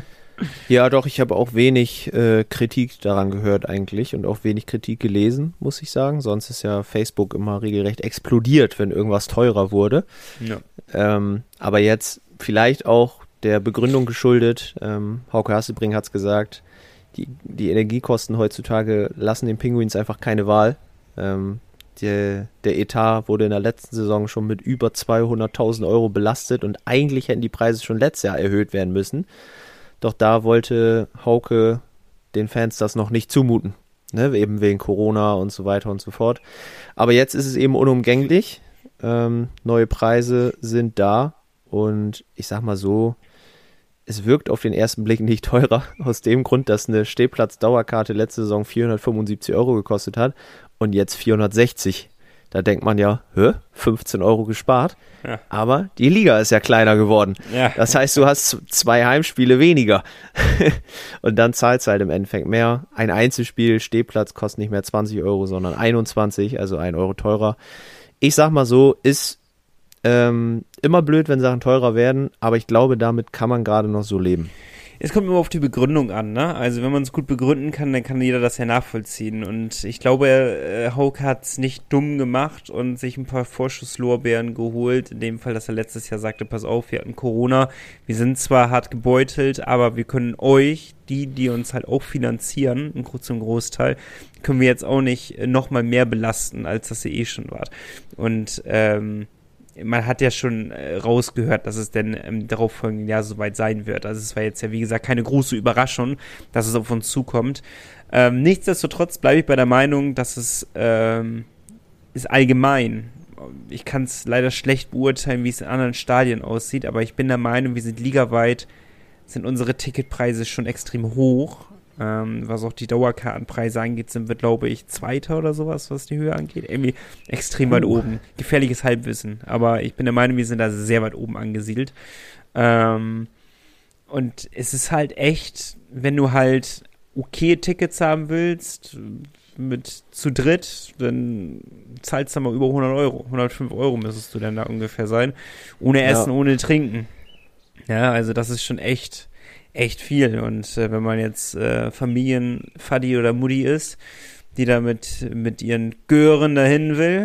Ja, doch, ich habe auch wenig äh, Kritik daran gehört eigentlich und auch wenig Kritik gelesen, muss ich sagen. Sonst ist ja Facebook immer regelrecht explodiert, wenn irgendwas teurer wurde. Ja. Ähm, aber jetzt vielleicht auch der Begründung geschuldet, ähm, Hauke Hassebring hat es gesagt, die, die Energiekosten heutzutage lassen den Pinguins einfach keine Wahl. Ähm, der, der Etat wurde in der letzten Saison schon mit über zweihunderttausend Euro belastet und eigentlich hätten die Preise schon letztes Jahr erhöht werden müssen. Doch da wollte Hauke den Fans das noch nicht zumuten, ne? Eben wegen Corona und so weiter und so fort. Aber jetzt ist es eben unumgänglich. Ähm, neue Preise sind da und ich sag mal so, es wirkt auf den ersten Blick nicht teurer, aus dem Grund, dass eine Stehplatz-Dauerkarte letzte Saison vierhundertfünfundsiebzig Euro gekostet hat und jetzt vierhundertsechzig. Da denkt man ja, hä, fünfzehn Euro gespart, ja. Aber die Liga ist ja kleiner geworden. Ja. Das heißt, du hast zwei Heimspiele weniger und dann zahlst du halt im Endeffekt mehr. Ein Einzelspiel, Stehplatz kostet nicht mehr zwanzig Euro, sondern einundzwanzig, also ein Euro teurer. Ich sag mal so, ist ähm, immer blöd, wenn Sachen teurer werden, aber ich glaube, damit kann man gerade noch so leben. Es kommt immer auf die Begründung an, ne? Also wenn man es gut begründen kann, dann kann jeder das ja nachvollziehen. Und ich glaube, äh, Hauke hat es nicht dumm gemacht und sich ein paar Vorschusslorbeeren geholt. In dem Fall, dass er letztes Jahr sagte, pass auf, wir hatten Corona, wir sind zwar hart gebeutelt, aber wir können euch, die, die uns halt auch finanzieren, zum Großteil, können wir jetzt auch nicht nochmal mehr belasten, als dass ihr eh schon wart. Und ähm, man hat ja schon äh, rausgehört, dass es denn im darauffolgenden Jahr soweit sein wird. Also es war jetzt ja, wie gesagt, keine große Überraschung, dass es auf uns zukommt. Ähm, nichtsdestotrotz bleibe ich bei der Meinung, dass es ähm, ist allgemein. Ich kann es leider schlecht beurteilen, wie es in anderen Stadien aussieht, aber ich bin der Meinung, wir sind ligaweit, sind unsere Ticketpreise schon extrem hoch. Ähm, was auch die Dauerkartenpreise angeht, sind wir, glaube ich, Zweiter oder sowas, was die Höhe angeht. Irgendwie extrem uh. weit oben. Gefährliches Halbwissen. Aber ich bin der Meinung, wir sind da sehr weit oben angesiedelt. Ähm, und es ist halt echt, wenn du halt okay Tickets haben willst, mit zu dritt, dann zahlst du mal über hundert Euro. hundertfünf Euro müsstest du dann da ungefähr sein. Ohne Essen, ja. Ohne Trinken. Ja, also das ist schon echt echt viel und äh, wenn man jetzt äh, Familienfaddi oder Mutti ist, die da mit, mit ihren Gören dahin will,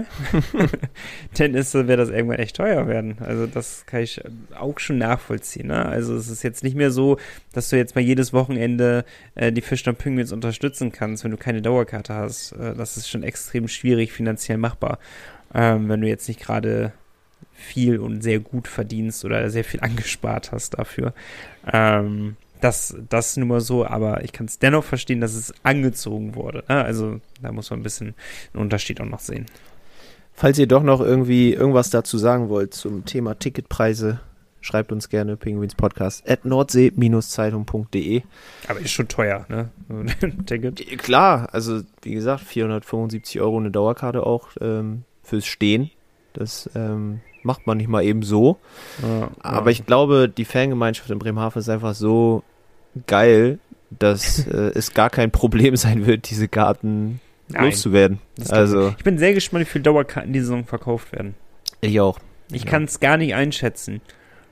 dann ist, wird das irgendwann echt teuer werden. Also das kann ich auch schon nachvollziehen. Ne? Also es ist jetzt nicht mehr so, dass du jetzt mal jedes Wochenende äh, die Fishtown Pinguins unterstützen kannst, wenn du keine Dauerkarte hast. Äh, das ist schon extrem schwierig finanziell machbar, ähm, wenn du jetzt nicht gerade viel und sehr gut verdienst oder sehr viel angespart hast dafür. Ähm, das, das nur mal so, aber ich kann es dennoch verstehen, dass es angezogen wurde. Ne? Also da muss man ein bisschen einen Unterschied auch noch sehen. Falls ihr doch noch irgendwie irgendwas dazu sagen wollt zum Thema Ticketpreise, schreibt uns gerne pinguinspodcast at nordsee Zeitung punkt de. Aber ist schon teuer, ne? Ticket. Klar, also wie gesagt, vierhundertfünfundsiebzig Euro eine Dauerkarte auch ähm, fürs Stehen. Das ähm, macht man nicht mal eben so. Ja, aber ja. Ich glaube, die Fangemeinschaft in Bremerhaven ist einfach so geil, dass äh, es gar kein Problem sein wird, diese Karten Nein, loszuwerden. Also ich bin sehr gespannt, wie viele Dauerkarten diese Saison verkauft werden. Ich auch. Ich ja. kann es gar nicht einschätzen.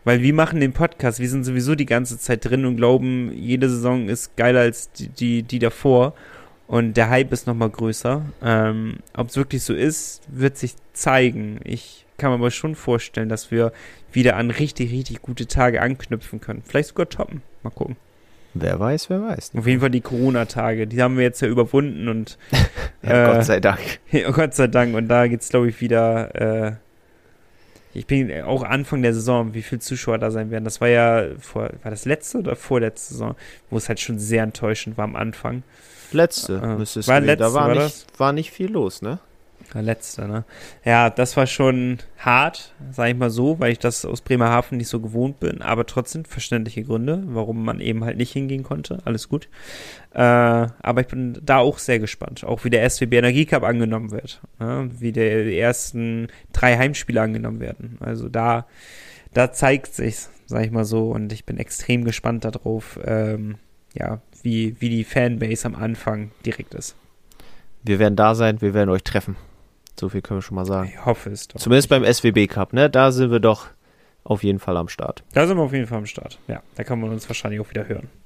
Weil wir machen den Podcast, wir sind sowieso die ganze Zeit drin und glauben, jede Saison ist geiler als die, die, die davor. Und der Hype ist nochmal größer. Ähm, ob es wirklich so ist, wird sich zeigen. Ich kann mir aber schon vorstellen, dass wir wieder an richtig, richtig gute Tage anknüpfen können. Vielleicht sogar toppen. Mal gucken. Wer weiß, wer weiß. Auf jeden Fall die Corona-Tage, die haben wir jetzt ja überwunden und ja, äh, Gott sei Dank. Ja, Gott sei Dank. Und da geht's, glaube ich, wieder. Äh, ich bin auch Anfang der Saison, wie viele Zuschauer da sein werden. Das war ja vor, war das letzte oder vorletzte Saison, wo es halt schon sehr enttäuschend war am Anfang. Letzte, äh, müsstest war du, letzte, da war, war, nicht, war nicht viel los, ne? Der letzte, ne? Ja, das war schon hart, sag ich mal so, weil ich das aus Bremerhaven nicht so gewohnt bin, aber trotzdem verständliche Gründe, warum man eben halt nicht hingehen konnte. Alles gut. Äh, aber ich bin da auch sehr gespannt, auch wie der S W B Energie Cup angenommen wird, ne? Wie der, die ersten drei Heimspiele angenommen werden. Also da, da zeigt sich's, sag ich mal so, und ich bin extrem gespannt darauf, ähm, ja, wie, wie die Fanbase am Anfang direkt ist. Wir werden da sein, wir werden euch treffen. So viel können wir schon mal sagen. Ich hoffe es doch. Zumindest beim S W B Cup, ne? Da sind wir doch auf jeden Fall am Start. Da sind wir auf jeden Fall am Start. Ja, da kann man uns wahrscheinlich auch wieder hören.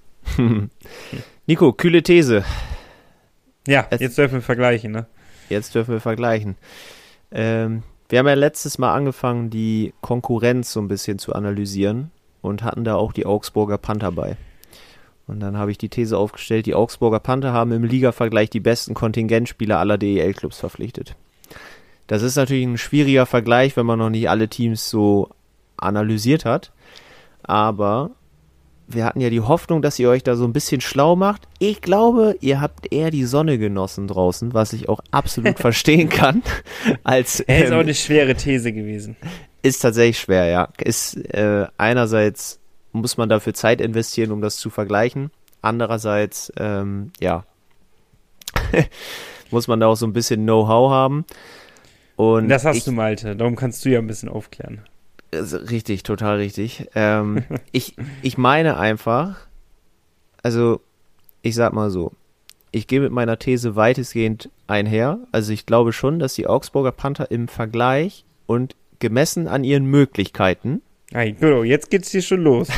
Nico, kühle These. Ja, es, jetzt dürfen wir vergleichen, ne? Jetzt dürfen wir vergleichen. Ähm, wir haben ja letztes Mal angefangen, die Konkurrenz so ein bisschen zu analysieren und hatten da auch die Augsburger Panther bei. Und dann habe ich die These aufgestellt, die Augsburger Panther haben im Liga-Vergleich die besten Kontingentspieler aller D E L-Clubs verpflichtet. Das ist natürlich ein schwieriger Vergleich, wenn man noch nicht alle Teams so analysiert hat. Aber wir hatten ja die Hoffnung, dass ihr euch da so ein bisschen schlau macht. Ich glaube, ihr habt eher die Sonne genossen draußen, was ich auch absolut verstehen kann. Als, ähm, ist auch eine ähm, schwere These gewesen. Ist tatsächlich schwer, ja. Ist äh, einerseits muss man dafür Zeit investieren, um das zu vergleichen. Andererseits, ähm, ja, muss man da auch so ein bisschen Know-how haben. Und das hast ich, du, Malte. Darum kannst du ja ein bisschen aufklären. Richtig, total richtig. Ähm, ich, ich meine einfach, also ich sag mal so, ich gehe mit meiner These weitestgehend einher. Also ich glaube schon, dass die Augsburger Panther im Vergleich und gemessen an ihren Möglichkeiten Hey, genau, jetzt geht's hier schon los.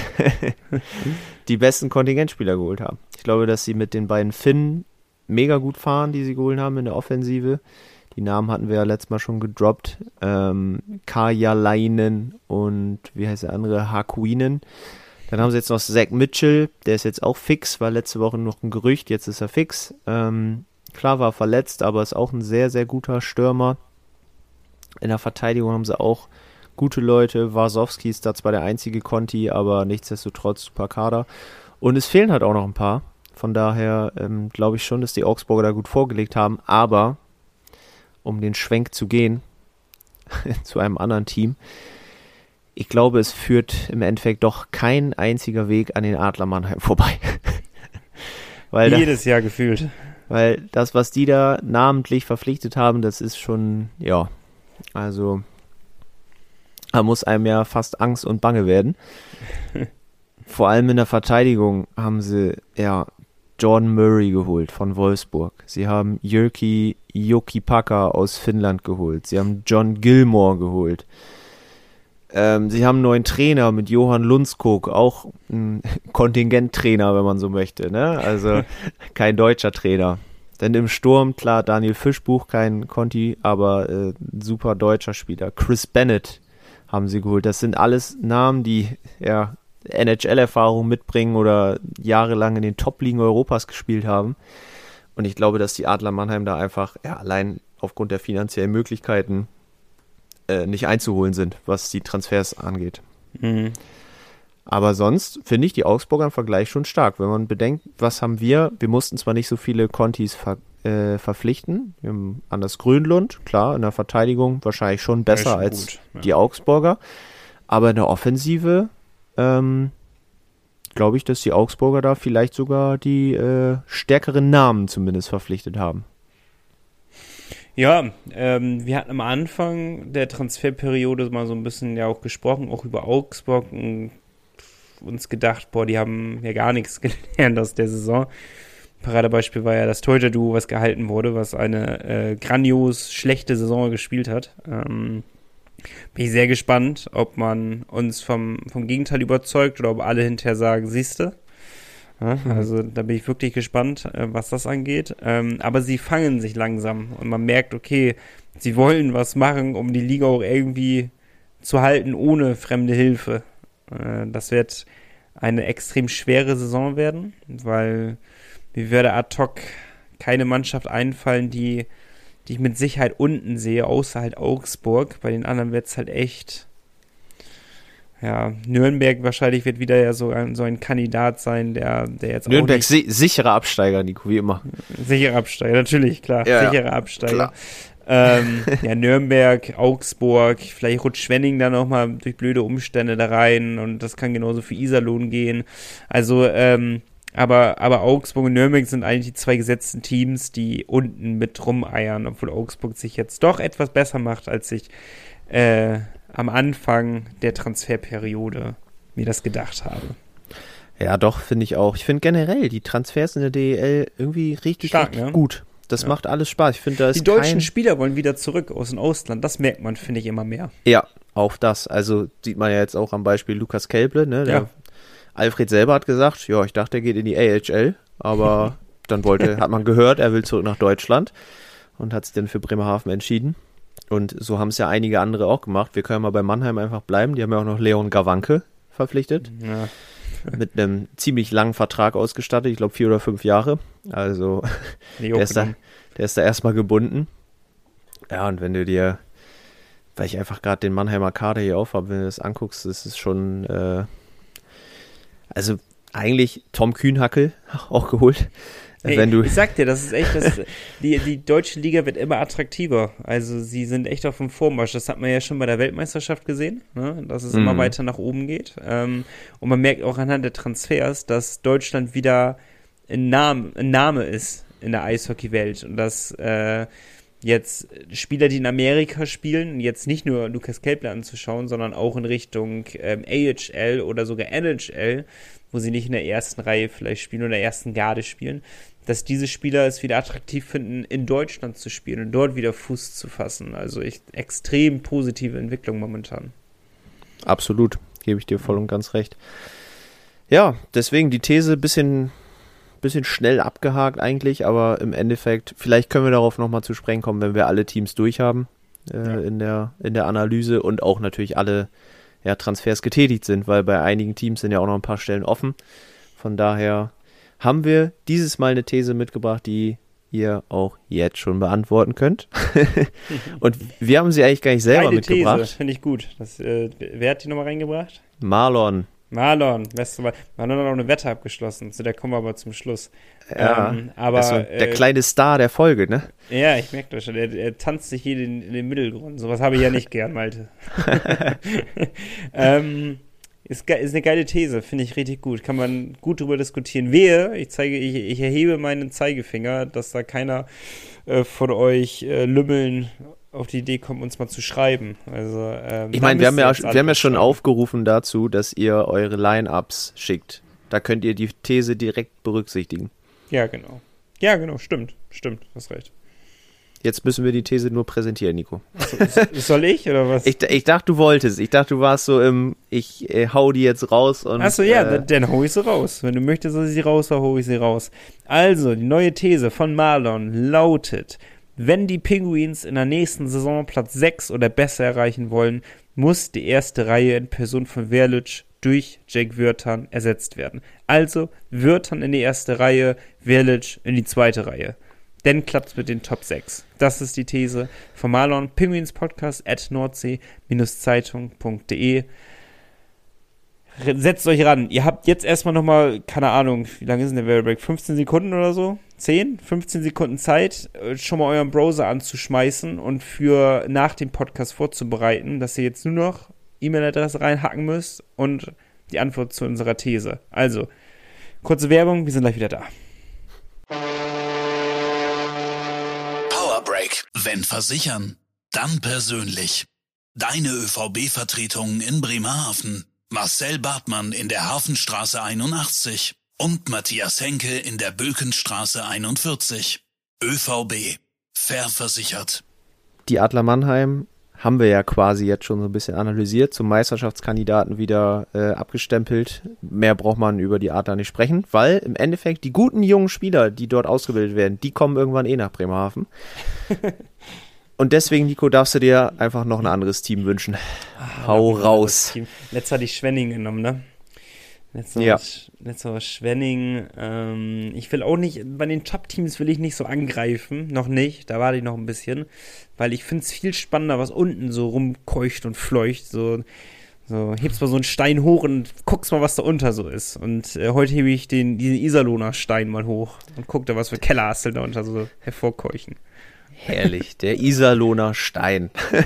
die besten Kontingentspieler geholt haben. Ich glaube, dass sie mit den beiden Finnen mega gut fahren, die sie geholt haben in der Offensive. Die Namen hatten wir ja letztes Mal schon gedroppt. Ähm, Karjalainen und wie heißt der andere? Hakuinen. Dann haben sie jetzt noch Zach Mitchell, der ist jetzt auch fix, war letzte Woche noch ein Gerücht, jetzt ist er fix. Ähm, klar war verletzt, aber ist auch ein sehr, sehr guter Stürmer. In der Verteidigung haben sie auch gute Leute. Warsowski ist da zwar der einzige Conti, aber nichtsdestotrotz super Kader. Und es fehlen halt auch noch ein paar. Von daher ähm, glaube ich schon, dass die Augsburger da gut vorgelegt haben. Aber um den Schwenk zu gehen zu einem anderen Team, ich glaube, es führt im Endeffekt doch kein einziger Weg an den Adler Mannheim vorbei. weil Jedes da, Jahr gefühlt. Weil das, was die da namentlich verpflichtet haben, das ist schon, ja, also da muss einem ja fast Angst und Bange werden. Vor allem in der Verteidigung haben sie ja Jordan Murray geholt von Wolfsburg. Sie haben Jyrki Jokipaka aus Finnland geholt. Sie haben John Gilmore geholt. Ähm, sie haben einen neuen Trainer mit Johan Lundskog, auch ein Kontingenttrainer, wenn man so möchte, ne? Also kein deutscher Trainer. Denn im Sturm, klar, Daniel Fischbuch, kein Conti, aber äh, super deutscher Spieler. Chris Bennett haben sie geholt. Das sind alles Namen, die ja N H L-Erfahrung mitbringen oder jahrelang in den Top-Ligen Europas gespielt haben. Und ich glaube, dass die Adler Mannheim da einfach ja, allein aufgrund der finanziellen Möglichkeiten äh, nicht einzuholen sind, was die Transfers angeht. Mhm. Aber sonst finde ich die Augsburger im Vergleich schon stark. Wenn man bedenkt, was haben wir? Wir mussten zwar nicht so viele Contis ver- äh, verpflichten. Wir haben Anders Grönlund, klar, in der Verteidigung wahrscheinlich schon besser schon als gut, ja. die Augsburger. Aber in der Offensive ähm, glaube ich, dass die Augsburger da vielleicht sogar die äh, stärkeren Namen zumindest verpflichtet haben. Ja, ähm, wir hatten am Anfang der Transferperiode mal so ein bisschen ja auch gesprochen, auch über Augsburg und uns gedacht, boah, die haben ja gar nichts gelernt aus der Saison. Paradebeispiel war ja das Torhüter-Duo, was gehalten wurde, was eine äh, grandios schlechte Saison gespielt hat. Ähm, Bin ich sehr gespannt, ob man uns vom, vom Gegenteil überzeugt oder ob alle hinterher sagen, siehste. Ja, also da bin ich wirklich gespannt, was das angeht. Ähm, aber sie fangen sich langsam und man merkt, okay, sie wollen was machen, um die Liga auch irgendwie zu halten ohne fremde Hilfe. Äh, das wird eine extrem schwere Saison werden, weil mir würde ad hoc keine Mannschaft einfallen, die, die ich mit Sicherheit unten sehe, außer halt Augsburg. Bei den anderen wird es halt echt... Ja, Nürnberg wahrscheinlich wird wieder ja so ein, so ein Kandidat sein, der, der jetzt Nürnberg auch nicht... si- sicherer Absteiger, Nico, wie immer. Sicherer Absteiger, natürlich, klar. Ja, sicherer ja, Absteiger. Ähm, ja, Nürnberg, Augsburg, vielleicht rutscht Schwenning da nochmal durch blöde Umstände da rein und das kann genauso für Iserlohn gehen. Also, ähm, aber, aber Augsburg und Nürnberg sind eigentlich die zwei gesetzten Teams, die unten mit rumeiern, obwohl Augsburg sich jetzt doch etwas besser macht, als ich äh, am Anfang der Transferperiode mir das gedacht habe. Ja, doch, finde ich auch. Ich finde generell die Transfers in der D E L irgendwie richtig, Stark, richtig ne? gut. Das Ja. macht alles Spaß. Ich finde, da ist Die deutschen kein... Spieler wollen wieder zurück aus dem Ausland. Das merkt man, finde ich, immer mehr. Ja, auch das. Also sieht man ja jetzt auch am Beispiel Lukas Kelble, ne? Der Ja. Alfred selber hat gesagt, ja, ich dachte, er geht in die A H L, aber dann wollte, hat man gehört, er will zurück nach Deutschland und hat sich dann für Bremerhaven entschieden. Und so haben es ja einige andere auch gemacht. Wir können mal bei Mannheim einfach bleiben. Die haben ja auch noch Leon Gawanke verpflichtet. Ja. Mit einem ziemlich langen Vertrag ausgestattet. Ich glaube vier oder fünf Jahre. Also Nee, der ist, da, genommen. der ist da erstmal gebunden. Ja, und wenn du dir, weil ich einfach gerade den Mannheimer Kader hier aufhabe, wenn du das anguckst, das ist schon, äh, also eigentlich Tom Kühnhackel auch geholt. Hey, wenn du ich sag dir, das ist echt, das, die, die deutsche Liga wird immer attraktiver. Also sie sind echt auf dem Vormarsch. Das hat man ja schon bei der Weltmeisterschaft gesehen, ne? Dass es Mhm. immer weiter nach oben geht. Ähm, und man merkt auch anhand der Transfers, dass Deutschland wieder ein Name, ein Name ist in der Eishockey-Welt. Und dass äh, jetzt Spieler, die in Amerika spielen, jetzt nicht nur Lukas Kelble anzuschauen, sondern auch in Richtung ähm, A H L oder sogar N H L, wo sie nicht in der ersten Reihe vielleicht spielen oder der ersten Garde spielen, dass diese Spieler es wieder attraktiv finden, in Deutschland zu spielen und dort wieder Fuß zu fassen. Also ich, extrem positive Entwicklung momentan. Absolut, gebe ich dir voll und ganz recht. Ja, deswegen die These ein bisschen, bisschen schnell abgehakt eigentlich, aber im Endeffekt, vielleicht können wir darauf nochmal zu sprechen kommen, wenn wir alle Teams durchhaben äh, Ja. in der, in der Analyse und auch natürlich alle ja, Transfers getätigt sind, weil bei einigen Teams sind ja auch noch ein paar Stellen offen. Von daher haben wir dieses Mal eine These mitgebracht, die ihr auch jetzt schon beantworten könnt. Und wir haben sie eigentlich gar nicht selber Geile mitgebracht. These, finde ich gut. Das, äh, wer hat die nochmal reingebracht? Marlon. Marlon, weißt du, Marlon hat auch eine Wette abgeschlossen, zu der kommen wir aber zum Schluss. Ja, ähm, aber, das ist so der äh, kleine Star der Folge, ne? Ja, ich merke das schon, er, er tanzt sich hier in, in den Mittelgrund. Sowas habe ich ja nicht gern, Malte. ähm, ist, ge- ist eine geile These, finde ich richtig gut. Kann man gut drüber diskutieren. Wehe, ich zeige, ich, ich erhebe meinen Zeigefinger, dass da keiner äh, von euch äh, Lümmeln auf die Idee kommt, uns mal zu schreiben. Also, ähm, Ich da meine, wir haben müsst ihr ja, jetzt wir haben ja Antwort schon schreiben. aufgerufen dazu, dass ihr eure Line-Ups schickt. Da könnt ihr die These direkt berücksichtigen. Ja, genau. Ja, genau, stimmt. Stimmt, hast recht. Jetzt müssen wir die These nur präsentieren, Nico. Also, soll ich oder was? Ich, ich dachte, du wolltest. Ich dachte, du warst so im, ich äh, hau die jetzt raus und. Achso, ja, äh, dann, dann hau ich sie raus. Wenn du möchtest, dass ich sie raus hau ich sie raus. Also, die neue These von Marlon lautet: Wenn die Penguins in der nächsten Saison Platz sechs oder besser erreichen wollen, muss die erste Reihe in Person von Verlic durch Jake Virtan ersetzt werden. Also Virtan in die erste Reihe, Verlic in die zweite Reihe. Dann klappt's mit den Top sechs. Das ist die These von Marlon. Penguins Podcast at nordsee Zeitung punkt de. Setzt euch ran. Ihr habt jetzt erstmal nochmal, keine Ahnung, wie lange ist denn der Werbebreak? fünfzehn Sekunden oder so? zehn? fünfzehn Sekunden Zeit, schon mal euren Browser anzuschmeißen und für nach dem Podcast vorzubereiten, dass ihr jetzt nur noch E-Mail-Adresse reinhacken müsst und die Antwort zu unserer These. Also, kurze Werbung, wir sind gleich wieder da. Power Break. Wenn versichern, dann persönlich. Deine ÖVB-Vertretung in Bremerhaven. Marcel Bartmann in der Hafenstraße einundachtzig und Matthias Henke in der Bökenstraße einundvierzig. ÖVB. Fair versichert. Die Adler Mannheim haben wir ja quasi jetzt schon so ein bisschen analysiert, zum Meisterschaftskandidaten wieder äh, abgestempelt. Mehr braucht man über die Adler nicht sprechen, weil im Endeffekt die guten jungen Spieler, die dort ausgebildet werden, die kommen irgendwann eh nach Bremerhaven. Und deswegen, Nico, darfst du dir einfach noch ein anderes Team wünschen. Ah, Hau raus. Letzter hatte ich Schwenning genommen, ne? Letzter ja. Letzter war Schwenning. Ähm, ich will auch nicht, bei den Top-Teams will ich nicht so angreifen. Noch nicht, da warte ich noch ein bisschen. Weil ich finde es viel spannender, was unten so rumkeucht und fleucht. So, so hebst mal so einen Stein hoch und guckst mal, was da unter so ist. Und äh, heute hebe ich den, diesen Iserlohner Stein mal hoch und guck da, was für Kellerasteln da unter so hervorkeuchen. Herrlich, der Iserlohner Stein.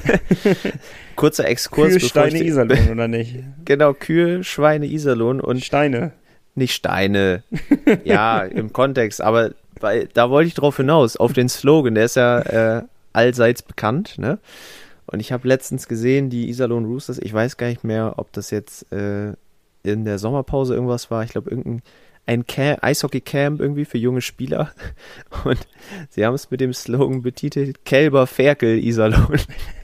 Kurzer Exkurs. Kühe, Steine, ich, Iserlohn, oder nicht? Genau, Kühe, Schweine, Iserlohn und Steine. Nicht Steine. Ja, im Kontext, aber weil, da wollte ich drauf hinaus, auf den Slogan, der ist ja äh, allseits bekannt, ne? Und ich habe letztens gesehen, die Iserlohn Roosters, ich weiß gar nicht mehr, ob das jetzt äh, in der Sommerpause irgendwas war, ich glaube irgendein ein Camp, Eishockey-Camp irgendwie für junge Spieler. Und sie haben es mit dem Slogan betitelt, Kälber Ferkel Iserlohn.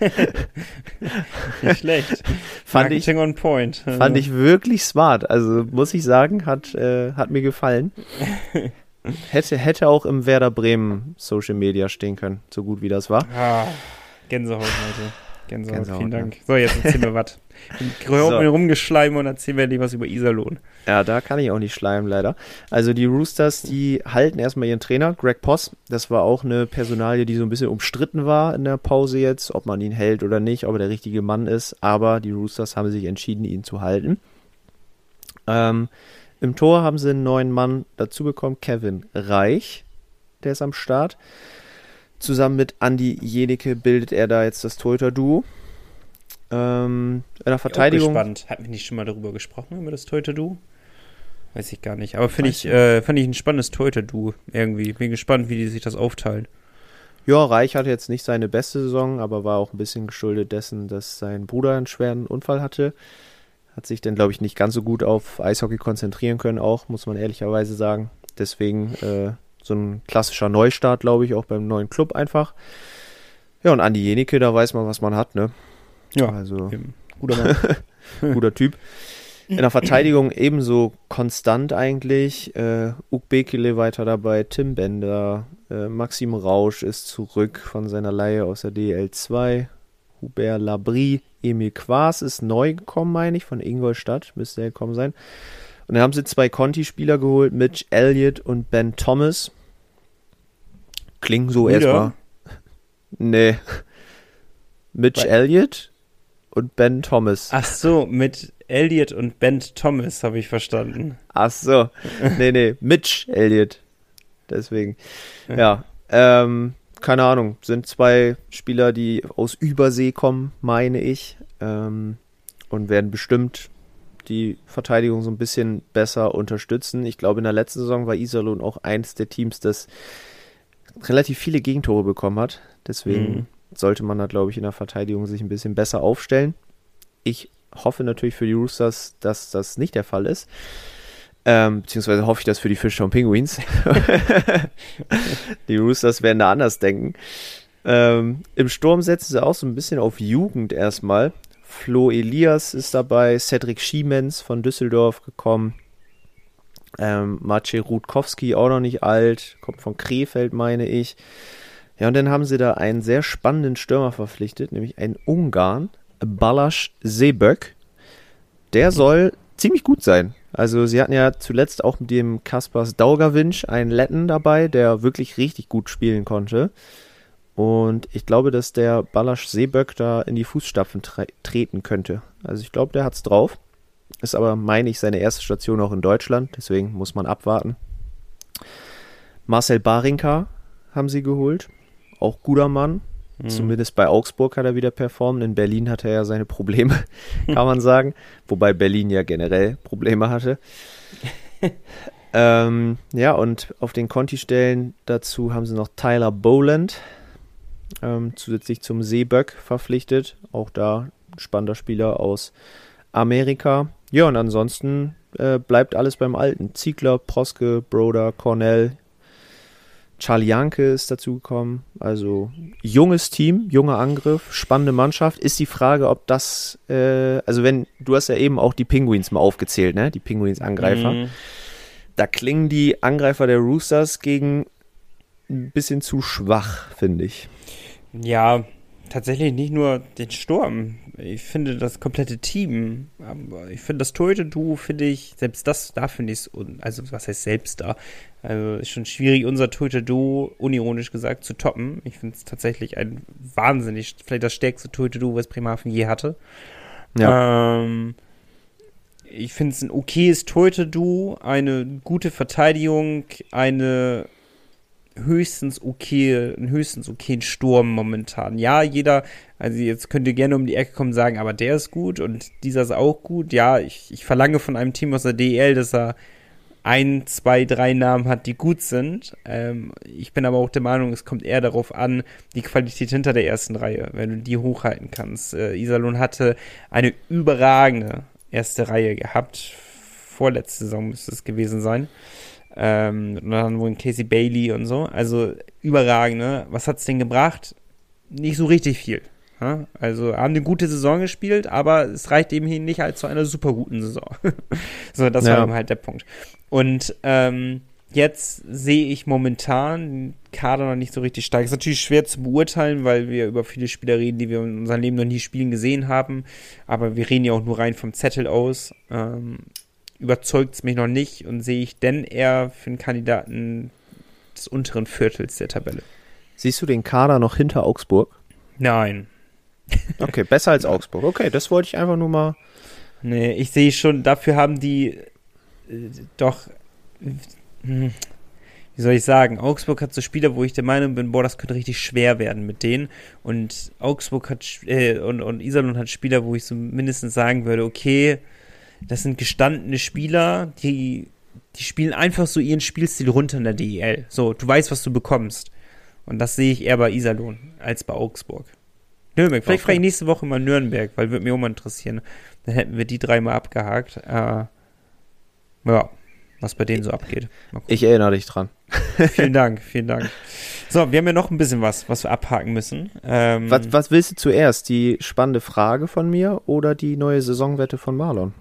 Nicht schlecht. Fand Marketing ich, on point. Fand ich wirklich smart. Also muss ich sagen, hat, äh, hat mir gefallen. Hätte, hätte auch im Werder Bremen Social Media stehen können, so gut wie das war. Ah, Gänsehaut, Leute. Gänsehaut, Gänsehaut, vielen Dank. Ja. So, jetzt erzählen wir was. Hör auf So. mir rumgeschleimen und erzählen wir dir was über Iserlohn. Ja, da kann ich auch nicht schleimen, leider. Also die Roosters, die halten erstmal ihren Trainer, Greg Poss. Das war auch eine Personalie, die so ein bisschen umstritten war in der Pause jetzt, ob man ihn hält oder nicht, ob er der richtige Mann ist. Aber die Roosters haben sich entschieden, ihn zu halten. Ähm, im Tor haben sie einen neuen Mann dazu bekommen, Kevin Reich. Der ist am Start. Zusammen mit Andi Jenike bildet er da jetzt das Torhüter-Duo. Ähm, in der Verteidigung. Auch gespannt. Hat mich nicht schon mal darüber gesprochen, über das Torhüter-Duo? Weiß ich gar nicht. Aber finde ich, nicht. äh, find ich ein spannendes Torhüter-Duo irgendwie. Bin gespannt, wie die sich das aufteilen. Ja, Reich hatte jetzt nicht seine beste Saison, aber war auch ein bisschen geschuldet dessen, dass sein Bruder einen schweren Unfall hatte. Hat sich dann, glaube ich, nicht ganz so gut auf Eishockey konzentrieren können, auch, muss man ehrlicherweise sagen. Deswegen äh, so ein klassischer Neustart, glaube ich, auch beim neuen Club einfach. Ja, und Andi Jenike, da weiß man, was man hat, ne? Ja, also eben. Guter Mann. guter Typ. In der Verteidigung ebenso konstant eigentlich. Äh, Uk Bekele weiter dabei, Tim Bender, äh, Maxim Rausch ist zurück von seiner Leihe aus der D L zwei. Hubert Labrie, Emil Quaas ist neu gekommen, meine ich, von Ingolstadt, müsste er gekommen sein. Und dann haben sie zwei Conti-Spieler geholt, Mitch Elliott und Ben Thomas. Klingen so Wieder? erstmal. Nee. Mitch Weil- Elliott und Ben Thomas. Ach so, mit Elliot und Ben Thomas habe ich verstanden. Ach so. Nee, nee, Mitch Elliott. Deswegen. Ja, ähm, keine Ahnung. Sind zwei Spieler, die aus Übersee kommen, meine ich. Ähm, und werden bestimmt die Verteidigung so ein bisschen besser unterstützen. Ich glaube, in der letzten Saison war Iserlohn auch eins der Teams, das relativ viele Gegentore bekommen hat. Deswegen Mhm. sollte man da, glaube ich, in der Verteidigung sich ein bisschen besser aufstellen. Ich hoffe natürlich für die Roosters, dass das nicht der Fall ist. Ähm, beziehungsweise hoffe ich das für die Fishtown Penguins. Die Roosters werden da anders denken. Ähm, Im Sturm setzen sie auch so ein bisschen auf Jugend erstmal. Flo Elias ist dabei, Cedric Schiemens von Düsseldorf gekommen. Ähm, Maciej Rutkowski, auch noch nicht alt, kommt von Krefeld, meine ich. Ja, und dann haben sie da einen sehr spannenden Stürmer verpflichtet, nämlich einen Ungarn, Balázs Sebök. Der soll ziemlich gut sein. Also sie hatten ja zuletzt auch mit dem Kaspars Daugavinch einen Letten dabei, der wirklich richtig gut spielen konnte. Und ich glaube, dass der Balázs Sebök da in die Fußstapfen tre- treten könnte. Also ich glaube, der hat's drauf. Ist aber, meine ich, seine erste Station auch in Deutschland. Deswegen muss man abwarten. Marcel Barinka haben sie geholt. Auch guter Mann. Mhm. Zumindest bei Augsburg hat er wieder performt. In Berlin hatte er ja seine Probleme, kann man sagen. Wobei Berlin ja generell Probleme hatte. ähm, ja, und auf den Conti-Stellen dazu haben sie noch Tyler Boland ähm, zusätzlich zum Sebök verpflichtet. Auch da ein spannender Spieler aus Amerika. Ja, und ansonsten äh, bleibt alles beim Alten. Ziegler, Proske, Broder, Cornell. Charlie Janke ist dazugekommen. Also junges Team, junger Angriff, spannende Mannschaft. Ist die Frage, ob das, äh, also wenn, du hast ja eben auch die Penguins mal aufgezählt, ne? Die Penguins-Angreifer. Mhm. Da klingen die Angreifer der Roosters gegen ein bisschen zu schwach, finde ich. Ja, tatsächlich nicht nur den Sturm. Ich finde das komplette Team. Aber ich finde das Torhüter-Duo, finde ich, selbst das, da finde ich es, also was heißt selbst da? Also ist schon schwierig, unser Torhüter-Duo, unironisch gesagt, zu toppen. Ich finde es tatsächlich ein wahnsinnig, vielleicht das stärkste Torhüter-Duo, was Bremerhaven je hatte. Ja. Ähm, ich finde es ein okayes Torhüter-Duo, eine gute Verteidigung, eine höchstens okay, einen höchstens okayen Sturm momentan. Ja, jeder, also jetzt könnt ihr gerne um die Ecke kommen und sagen, aber der ist gut und dieser ist auch gut. Ja, ich, ich verlange von einem Team aus der D E L, dass er ein, zwei, drei Namen hat, die gut sind. Ähm, ich bin aber auch der Meinung, es kommt eher darauf an, die Qualität hinter der ersten Reihe, wenn du die hochhalten kannst. Äh, Iserlohn hatte eine überragende erste Reihe gehabt. Vorletzte Saison müsste es gewesen sein. Ähm, und dann wohl Casey Bailey und so. Also überragend, ne? Was hat's denn gebracht? Nicht so richtig viel. Ja? Also haben eine gute Saison gespielt, aber es reicht eben hier nicht als zu einer super guten Saison. So, das ja. war eben halt der Punkt. Und ähm, jetzt sehe ich momentan den Kader noch nicht so richtig stark. Ist natürlich schwer zu beurteilen, weil wir über viele Spieler reden, die wir in unserem Leben noch nie spielen gesehen haben. Aber wir reden ja auch nur rein vom Zettel aus. Ähm, überzeugt es mich noch nicht und sehe ich denn eher für einen Kandidaten des unteren Viertels der Tabelle. Siehst du den Kader noch hinter Augsburg? Nein. Okay, besser als Augsburg. Okay, das wollte ich einfach nur mal... Nee, ich sehe schon, dafür haben die äh, doch, hm, wie soll ich sagen, Augsburg hat so Spieler, wo ich der Meinung bin, boah, das könnte richtig schwer werden mit denen. Und Augsburg hat, äh, und, und Iserlohn hat Spieler, wo ich so mindestens sagen würde, okay, das sind gestandene Spieler, die, die spielen einfach so ihren Spielstil runter in der D E L. So, du weißt, was du bekommst. Und das sehe ich eher bei Iserlohn als bei Augsburg. Nürnberg, vielleicht okay. frage ich nächste Woche mal Nürnberg, weil würde mich auch mal interessieren. Dann hätten wir die dreimal abgehakt. Äh, ja, was bei denen so abgeht. Ich erinnere dich dran. Vielen Dank, vielen Dank. So, wir haben ja noch ein bisschen was, was wir abhaken müssen. Ähm, was, was willst du zuerst? Die spannende Frage von mir oder die neue Saisonwette von Marlon?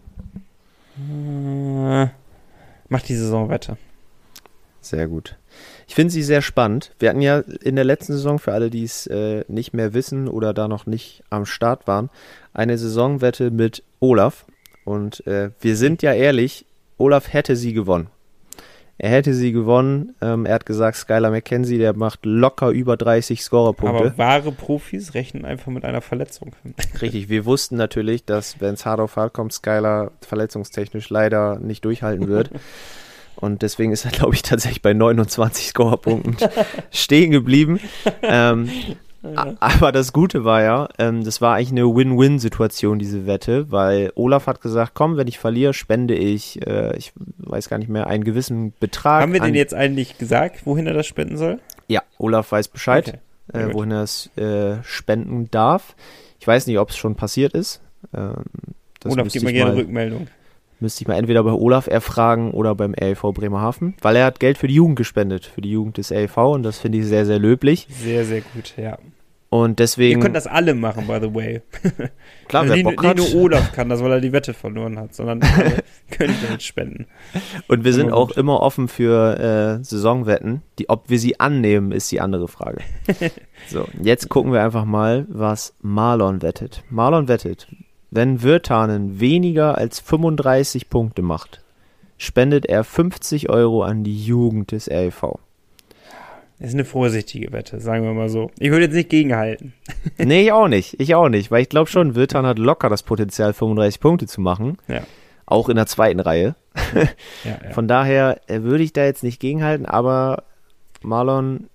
Äh, mach die Saisonwette. Sehr gut. Ich finde sie sehr spannend. Wir hatten ja in der letzten Saison, für alle, die es äh, nicht mehr wissen oder da noch nicht am Start waren, eine Saisonwette mit Olaf. Und äh, wir sind ja ehrlich, Olaf hätte sie gewonnen. Er hätte sie gewonnen. Ähm, er hat gesagt, Skylar McKenzie, der macht locker über dreißig Scorerpunkte. Aber wahre Profis rechnen einfach mit einer Verletzung. Richtig, wir wussten natürlich, dass, wenn es hart auf hart kommt, Skylar verletzungstechnisch leider nicht durchhalten wird. Und deswegen ist er, glaube ich, tatsächlich bei neunundzwanzig Scorerpunkten stehen geblieben. Ähm, ja. Aber das Gute war ja, ähm, das war eigentlich eine Win-Win-Situation, diese Wette, weil Olaf hat gesagt, komm, wenn ich verliere, spende ich, äh, ich weiß gar nicht mehr, einen gewissen Betrag. Haben wir denn jetzt eigentlich gesagt, wohin er das spenden soll? Ja, Olaf weiß Bescheid, okay. äh, wohin er es äh, spenden darf. Ich weiß nicht, ob es schon passiert ist. Ähm, das Olaf, gib mir gerne Rückmeldung. Müsste ich mal entweder bei Olaf erfragen oder beim R L V Bremerhaven, weil er hat Geld für die Jugend gespendet, für die Jugend des R L V und das finde ich sehr, sehr löblich. Sehr, sehr gut, ja. Und deswegen... Ihr könnt das alle machen, by the way. Klar, also wer Bock hat. Nicht nur Olaf kann das, weil er die Wette verloren hat, sondern alle können damit spenden. Und wir sind auch immer offen für äh, Saisonwetten. Die, ob wir sie annehmen, ist die andere Frage. So, jetzt gucken wir einfach mal, was Marlon wettet. Marlon wettet, wenn Virtanen weniger als fünfunddreißig Punkte macht, spendet er fünfzig Euro an die Jugend des R L V. Das ist eine vorsichtige Wette, sagen wir mal so. Ich würde jetzt nicht gegenhalten. Nee, ich auch nicht. Ich auch nicht, weil ich glaube schon, Virtan hat locker das Potenzial, fünfunddreißig Punkte zu machen. Ja. Auch in der zweiten Reihe. Ja, ja. Von daher würde ich da jetzt nicht gegenhalten, aber Marlon,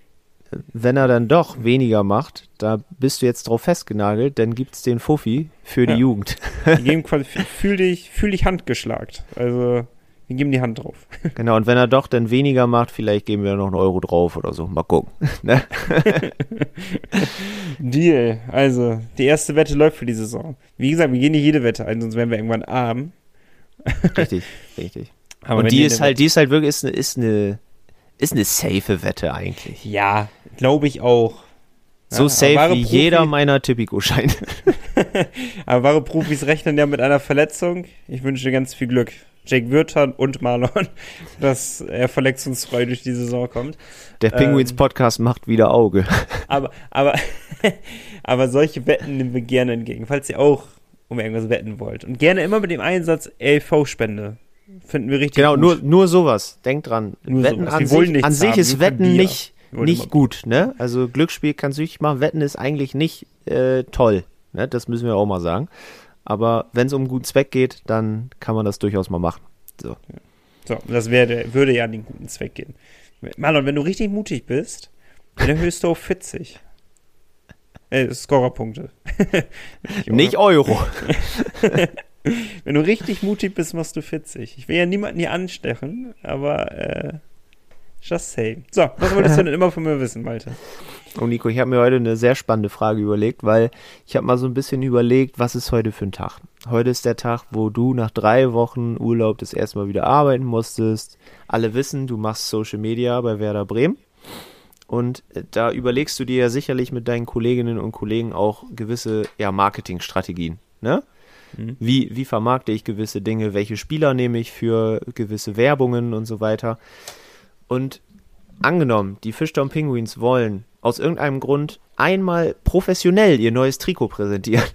wenn er dann doch weniger macht, da bist du jetzt drauf festgenagelt, dann gibt's den Fuffi für die ja. Jugend. Die geben quasi, fühl dich, fühl dich handgeschlagt. Also, wir geben die Hand drauf. Genau, und wenn er doch dann weniger macht, vielleicht geben wir noch einen Euro drauf oder so. Mal gucken. Ne? Deal. Also, die erste Wette läuft für die Saison. Wie gesagt, wir gehen nicht jede Wette ein, sonst werden wir irgendwann arm. Richtig, richtig. Aber und die ist halt, die ist halt wirklich, ist eine, ist eine ist eine safe Wette eigentlich. Ja, glaube ich auch. So ja, safe wie Profi, jeder meiner Tipico-Scheine. Aber wahre Profis rechnen ja mit einer Verletzung. Ich wünsche dir ganz viel Glück. Jake Würthan und Marlon, dass er verletzungsfrei durch die Saison kommt. Der Penguins-Podcast ähm, macht wieder Auge. Aber, aber, aber solche Wetten nehmen wir gerne entgegen, falls ihr auch um irgendwas wetten wollt. Und gerne immer mit dem Einsatz L V-Spende. Finden wir richtig genau, gut. Genau, nur, nur sowas. Denkt dran. Nur Wetten sowas. an sich, an sich ist Wetten nicht, nicht gut. Ne? Also Glücksspiel kann süchtig machen. Wetten ist eigentlich nicht äh, toll. Ne? Das müssen wir auch mal sagen. Aber wenn es um einen guten Zweck geht, dann kann man das durchaus mal machen. So, so das wär, würde ja an den guten Zweck gehen. Marlon, wenn du richtig mutig bist, dann erhöhst du auf vierzig. Äh, Scorerpunkte. Nicht, nicht Euro. Wenn du richtig mutig bist, machst du vierzig. Ich will ja niemanden hier anstechen, aber äh, just saying. So, was wolltest du denn immer von mir wissen, Malte? Oh Nico, ich habe mir heute eine sehr spannende Frage überlegt, weil ich habe mal so ein bisschen überlegt, was ist heute für ein Tag? Heute ist der Tag, wo du nach drei Wochen Urlaub das erste Mal wieder arbeiten musstest. Alle wissen, du machst Social Media bei Werder Bremen. Und da überlegst du dir ja sicherlich mit deinen Kolleginnen und Kollegen auch gewisse ja, Marketingstrategien. Ne? Mhm. Wie, wie vermarkte ich gewisse Dinge? Welche Spieler nehme ich für gewisse Werbungen und so weiter? Und angenommen, die Fishtown Penguins wollen aus irgendeinem Grund einmal professionell ihr neues Trikot präsentieren.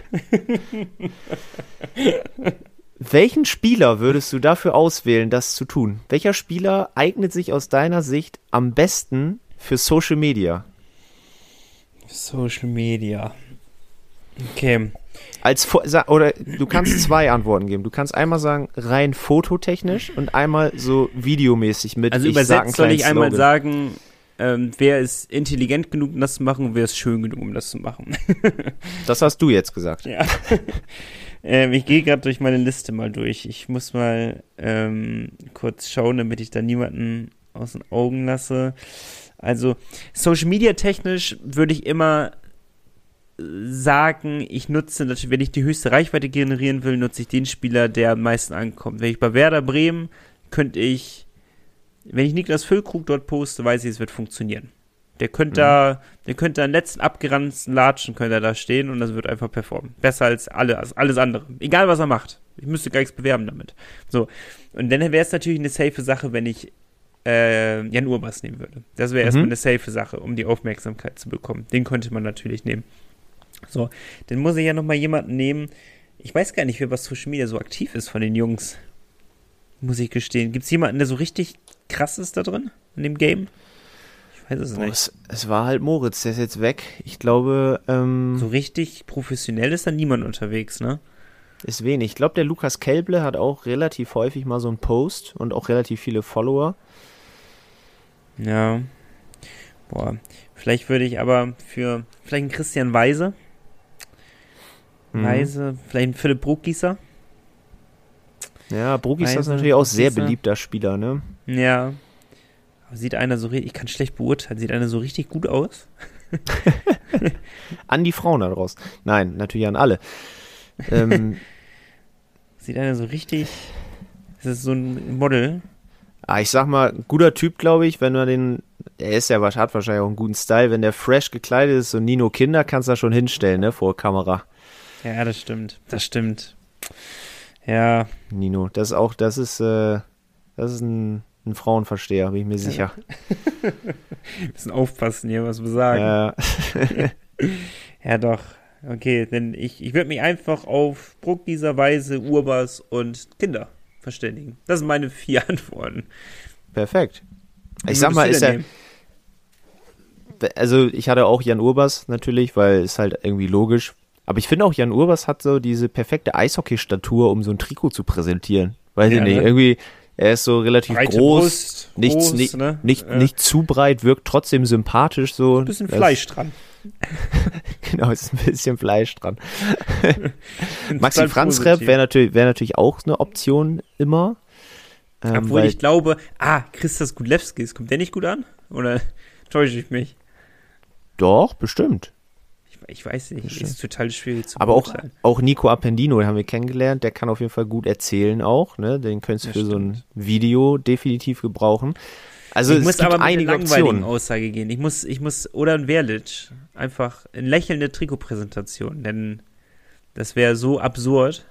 Welchen Spieler würdest du dafür auswählen, das zu tun? Welcher Spieler eignet sich aus deiner Sicht am besten für Social Media? Social Media. Okay. Als oder du kannst zwei Antworten geben. Du kannst einmal sagen, rein fototechnisch und einmal so videomäßig mit. Also übersetzt soll ich einmal sagen, ähm, wer ist intelligent genug, um das zu machen, und wer ist schön genug, um das zu machen. Das hast du jetzt gesagt. Ja. ähm, ich gehe gerade durch meine Liste mal durch. Ich muss mal ähm, kurz schauen, damit ich da niemanden aus den Augen lasse. Also Social Media technisch würde ich immer sagen, ich nutze natürlich, wenn ich die höchste Reichweite generieren will, nutze ich den Spieler, der am meisten ankommt. Wenn ich bei Werder Bremen, könnte ich, wenn ich Niklas Füllkrug dort poste, weiß ich, es wird funktionieren. Der könnte mhm. da, der könnte an letzten abgeranzten Latschen könnte er da stehen und das wird einfach performen. Besser als alle, als alles andere. Egal, was er macht. Ich müsste gar nichts bewerben damit. So. Und dann wäre es natürlich eine safe Sache, wenn ich äh, Jan Urbas nehmen würde. Das wäre mhm. erstmal eine safe Sache, um die Aufmerksamkeit zu bekommen. Den könnte man natürlich nehmen. So, dann muss ich ja nochmal jemanden nehmen. Ich weiß gar nicht, wer bei Social Media so aktiv ist von den Jungs. Muss ich gestehen. Gibt es jemanden, der so richtig krass ist da drin, in dem Game? Ich weiß es Boah, nicht. Es, es war halt Moritz, der ist jetzt weg. Ich glaube, ähm... So richtig professionell ist da niemand unterwegs, ne? Ist wenig. Ich glaube, der Lukas Kelble hat auch relativ häufig mal so einen Post und auch relativ viele Follower. Ja. Boah. Vielleicht würde ich aber für, vielleicht einen Christian Weise. Weise, vielleicht ein Philipp Bruckgießer. Ja, Bruckgießer ist natürlich auch sehr beliebter Spieler, ne? Ja. Aber sieht einer so richtig, ich kann schlecht beurteilen, sieht einer so richtig gut aus? An die Frauen da draußen. Nein, natürlich an alle. ähm, sieht einer so richtig, das ist so ein Model. Ah, ich sag mal, guter Typ, glaube ich, wenn man den, er ist ja, hat wahrscheinlich auch einen guten Style, wenn der fresh gekleidet ist, so Nino Kinder, kannst du da schon hinstellen, ne, vor Kamera. Ja, das stimmt, das stimmt. Ja. Nino, das ist auch, das ist, äh, das ist ein, ein Frauenversteher, bin ich mir sicher. Ein bisschen aufpassen hier, was wir sagen. Ja, ja doch. Okay, denn ich, ich würde mich einfach auf Bruckgießer, Weise, Urbas und Kinder verständigen. Das sind meine vier Antworten. Perfekt. Ich sag mal, ist ja, also ich hatte auch Jan Urbas natürlich, weil es halt irgendwie logisch. Aber ich finde auch, Jan Urbas hat so diese perfekte Eishockey-Statur, um so ein Trikot zu präsentieren. Weiß ja, ich nicht, ne? Irgendwie, er ist so relativ Breite groß, Brust, nicht, groß, nicht, ne? nicht, ja. nicht zu breit, wirkt trotzdem sympathisch. So. Ein bisschen Fleisch dran. Genau, ist ein bisschen Fleisch dran. Maxi Franzrep wäre natürlich, wär natürlich auch eine Option immer. Ähm, Obwohl weil, ich glaube, ah, Christas Gudlewskis, kommt der nicht gut an? Oder täusche ich mich? Doch, bestimmt. Ich weiß nicht, bestimmt. Ist total schwierig zu Aber auch, auch Nico Appendino, den haben wir kennengelernt, der kann auf jeden Fall gut erzählen auch, ne? Den könntest du für stimmt. so ein Video definitiv gebrauchen. Also ich es muss gibt aber mit einige einer langweiligen Optionen. Aussage gehen. Ich muss, ich muss, oder ein Verlic. Einfach eine lächelnde Trikotpräsentation, denn das wäre so absurd.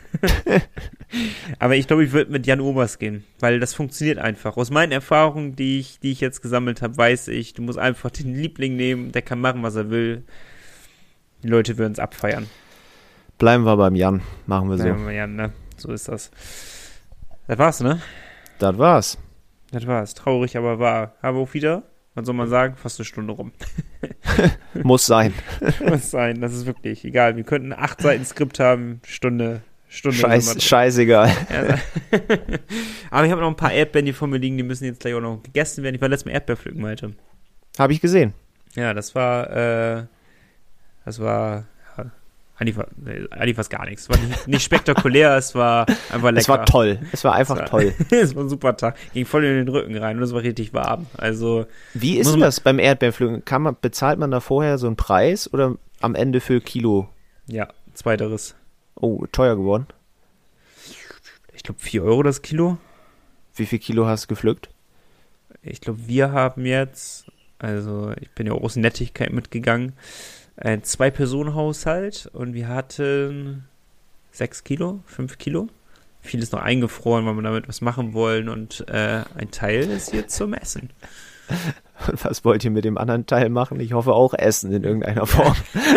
Aber ich glaube, ich würde mit Jan Oberst gehen, weil das funktioniert einfach. Aus meinen Erfahrungen, die ich, die ich jetzt gesammelt habe, weiß ich, du musst einfach den Liebling nehmen, der kann machen, was er will. Die Leute würden es abfeiern. Bleiben wir beim Jan, machen wir so. Bleiben wir Jan, ne? So ist das. Das war's, ne? Das war's. Das war's. Traurig, aber wahr. Aber auch wieder, was soll man sagen, fast eine Stunde rum. Muss sein. Muss sein, das ist wirklich egal. Wir könnten acht Seiten Skript haben, Stunde, Stunde. Scheiß, scheißegal. Ja, aber ich habe noch ein paar Erdbeeren, die vor mir liegen, die müssen jetzt gleich auch noch gegessen werden. Ich war letztes Mal Erdbeer pflücken heute. Habe ich gesehen. Ja, das war, äh, das war, ja, eigentlich war, eigentlich war es gar nichts. Es war nicht, nicht spektakulär, es war einfach lecker. Es war toll. Es war einfach es war, toll. Es war ein super Tag. Ging voll in den Rücken rein und es war richtig warm. Also. Wie ist denn das beim Erdbeerpflücken? Kann man, bezahlt man da vorher so einen Preis oder am Ende für Kilo? Ja, zweiteres. Oh, teuer geworden. Ich glaube vier Euro das Kilo. Wie viel Kilo hast du gepflückt? Ich glaube, wir haben jetzt, also ich bin ja auch aus Nettigkeit mitgegangen, ein Zwei-Personen-Haushalt und wir hatten sechs Kilo, fünf Kilo. Vieles noch eingefroren, weil wir damit was machen wollen und äh, ein Teil ist jetzt zum Essen. Und was wollt ihr mit dem anderen Teil machen? Ich hoffe auch essen in irgendeiner Form.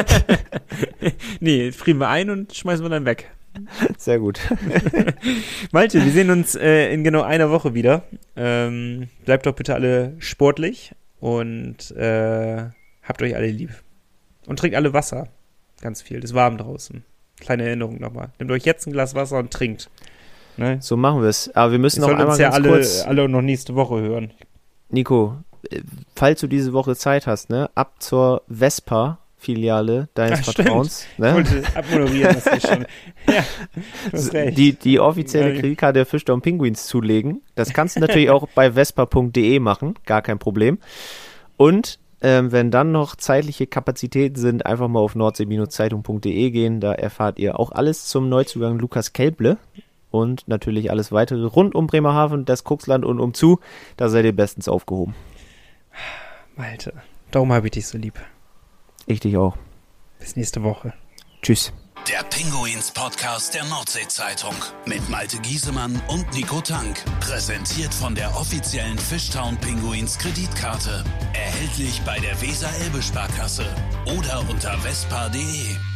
Nee, frieren wir ein und schmeißen wir dann weg. Sehr gut. Malte, wir sehen uns äh, in genau einer Woche wieder. Ähm, bleibt doch bitte alle sportlich und äh, habt euch alle lieb. Und trinkt alle Wasser. Ganz viel. Es ist warm draußen. Kleine Erinnerung nochmal. Nehmt euch jetzt ein Glas Wasser und trinkt. Ne? So machen wir es. Aber wir müssen Wir noch einmal uns ja ganz alle, kurz... alle noch nächste Woche hören. Nico, falls du diese Woche Zeit hast, ne, ab zur Vespa-Filiale deines Ach, Vertrauens. Ne? Ich wollte abmoderieren, das ist schon. Ja, du hast recht. Die, die offizielle Ja. Kreditkarte der Fischtown Penguins zulegen. Das kannst du natürlich auch bei vespa punkt de machen, gar kein Problem. Und ähm, wenn dann noch zeitliche Kapazitäten sind, einfach mal auf nordsee Zeitung punkt de gehen. Da erfahrt ihr auch alles zum Neuzugang Lukas Kelble. Und natürlich alles weitere rund um Bremerhaven, das Kuxland und umzu. Da seid ihr bestens aufgehoben. Malte, darum habe ich dich so lieb. Ich dich auch. Bis nächste Woche. Tschüss. Der Pinguins-Podcast der Nordsee-Zeitung mit Malte Giesemann und Nico Tank. Präsentiert von der offiziellen Fishtown Pinguins Kreditkarte. Erhältlich bei der Weser-Elbe-Sparkasse oder unter vespa punkt de.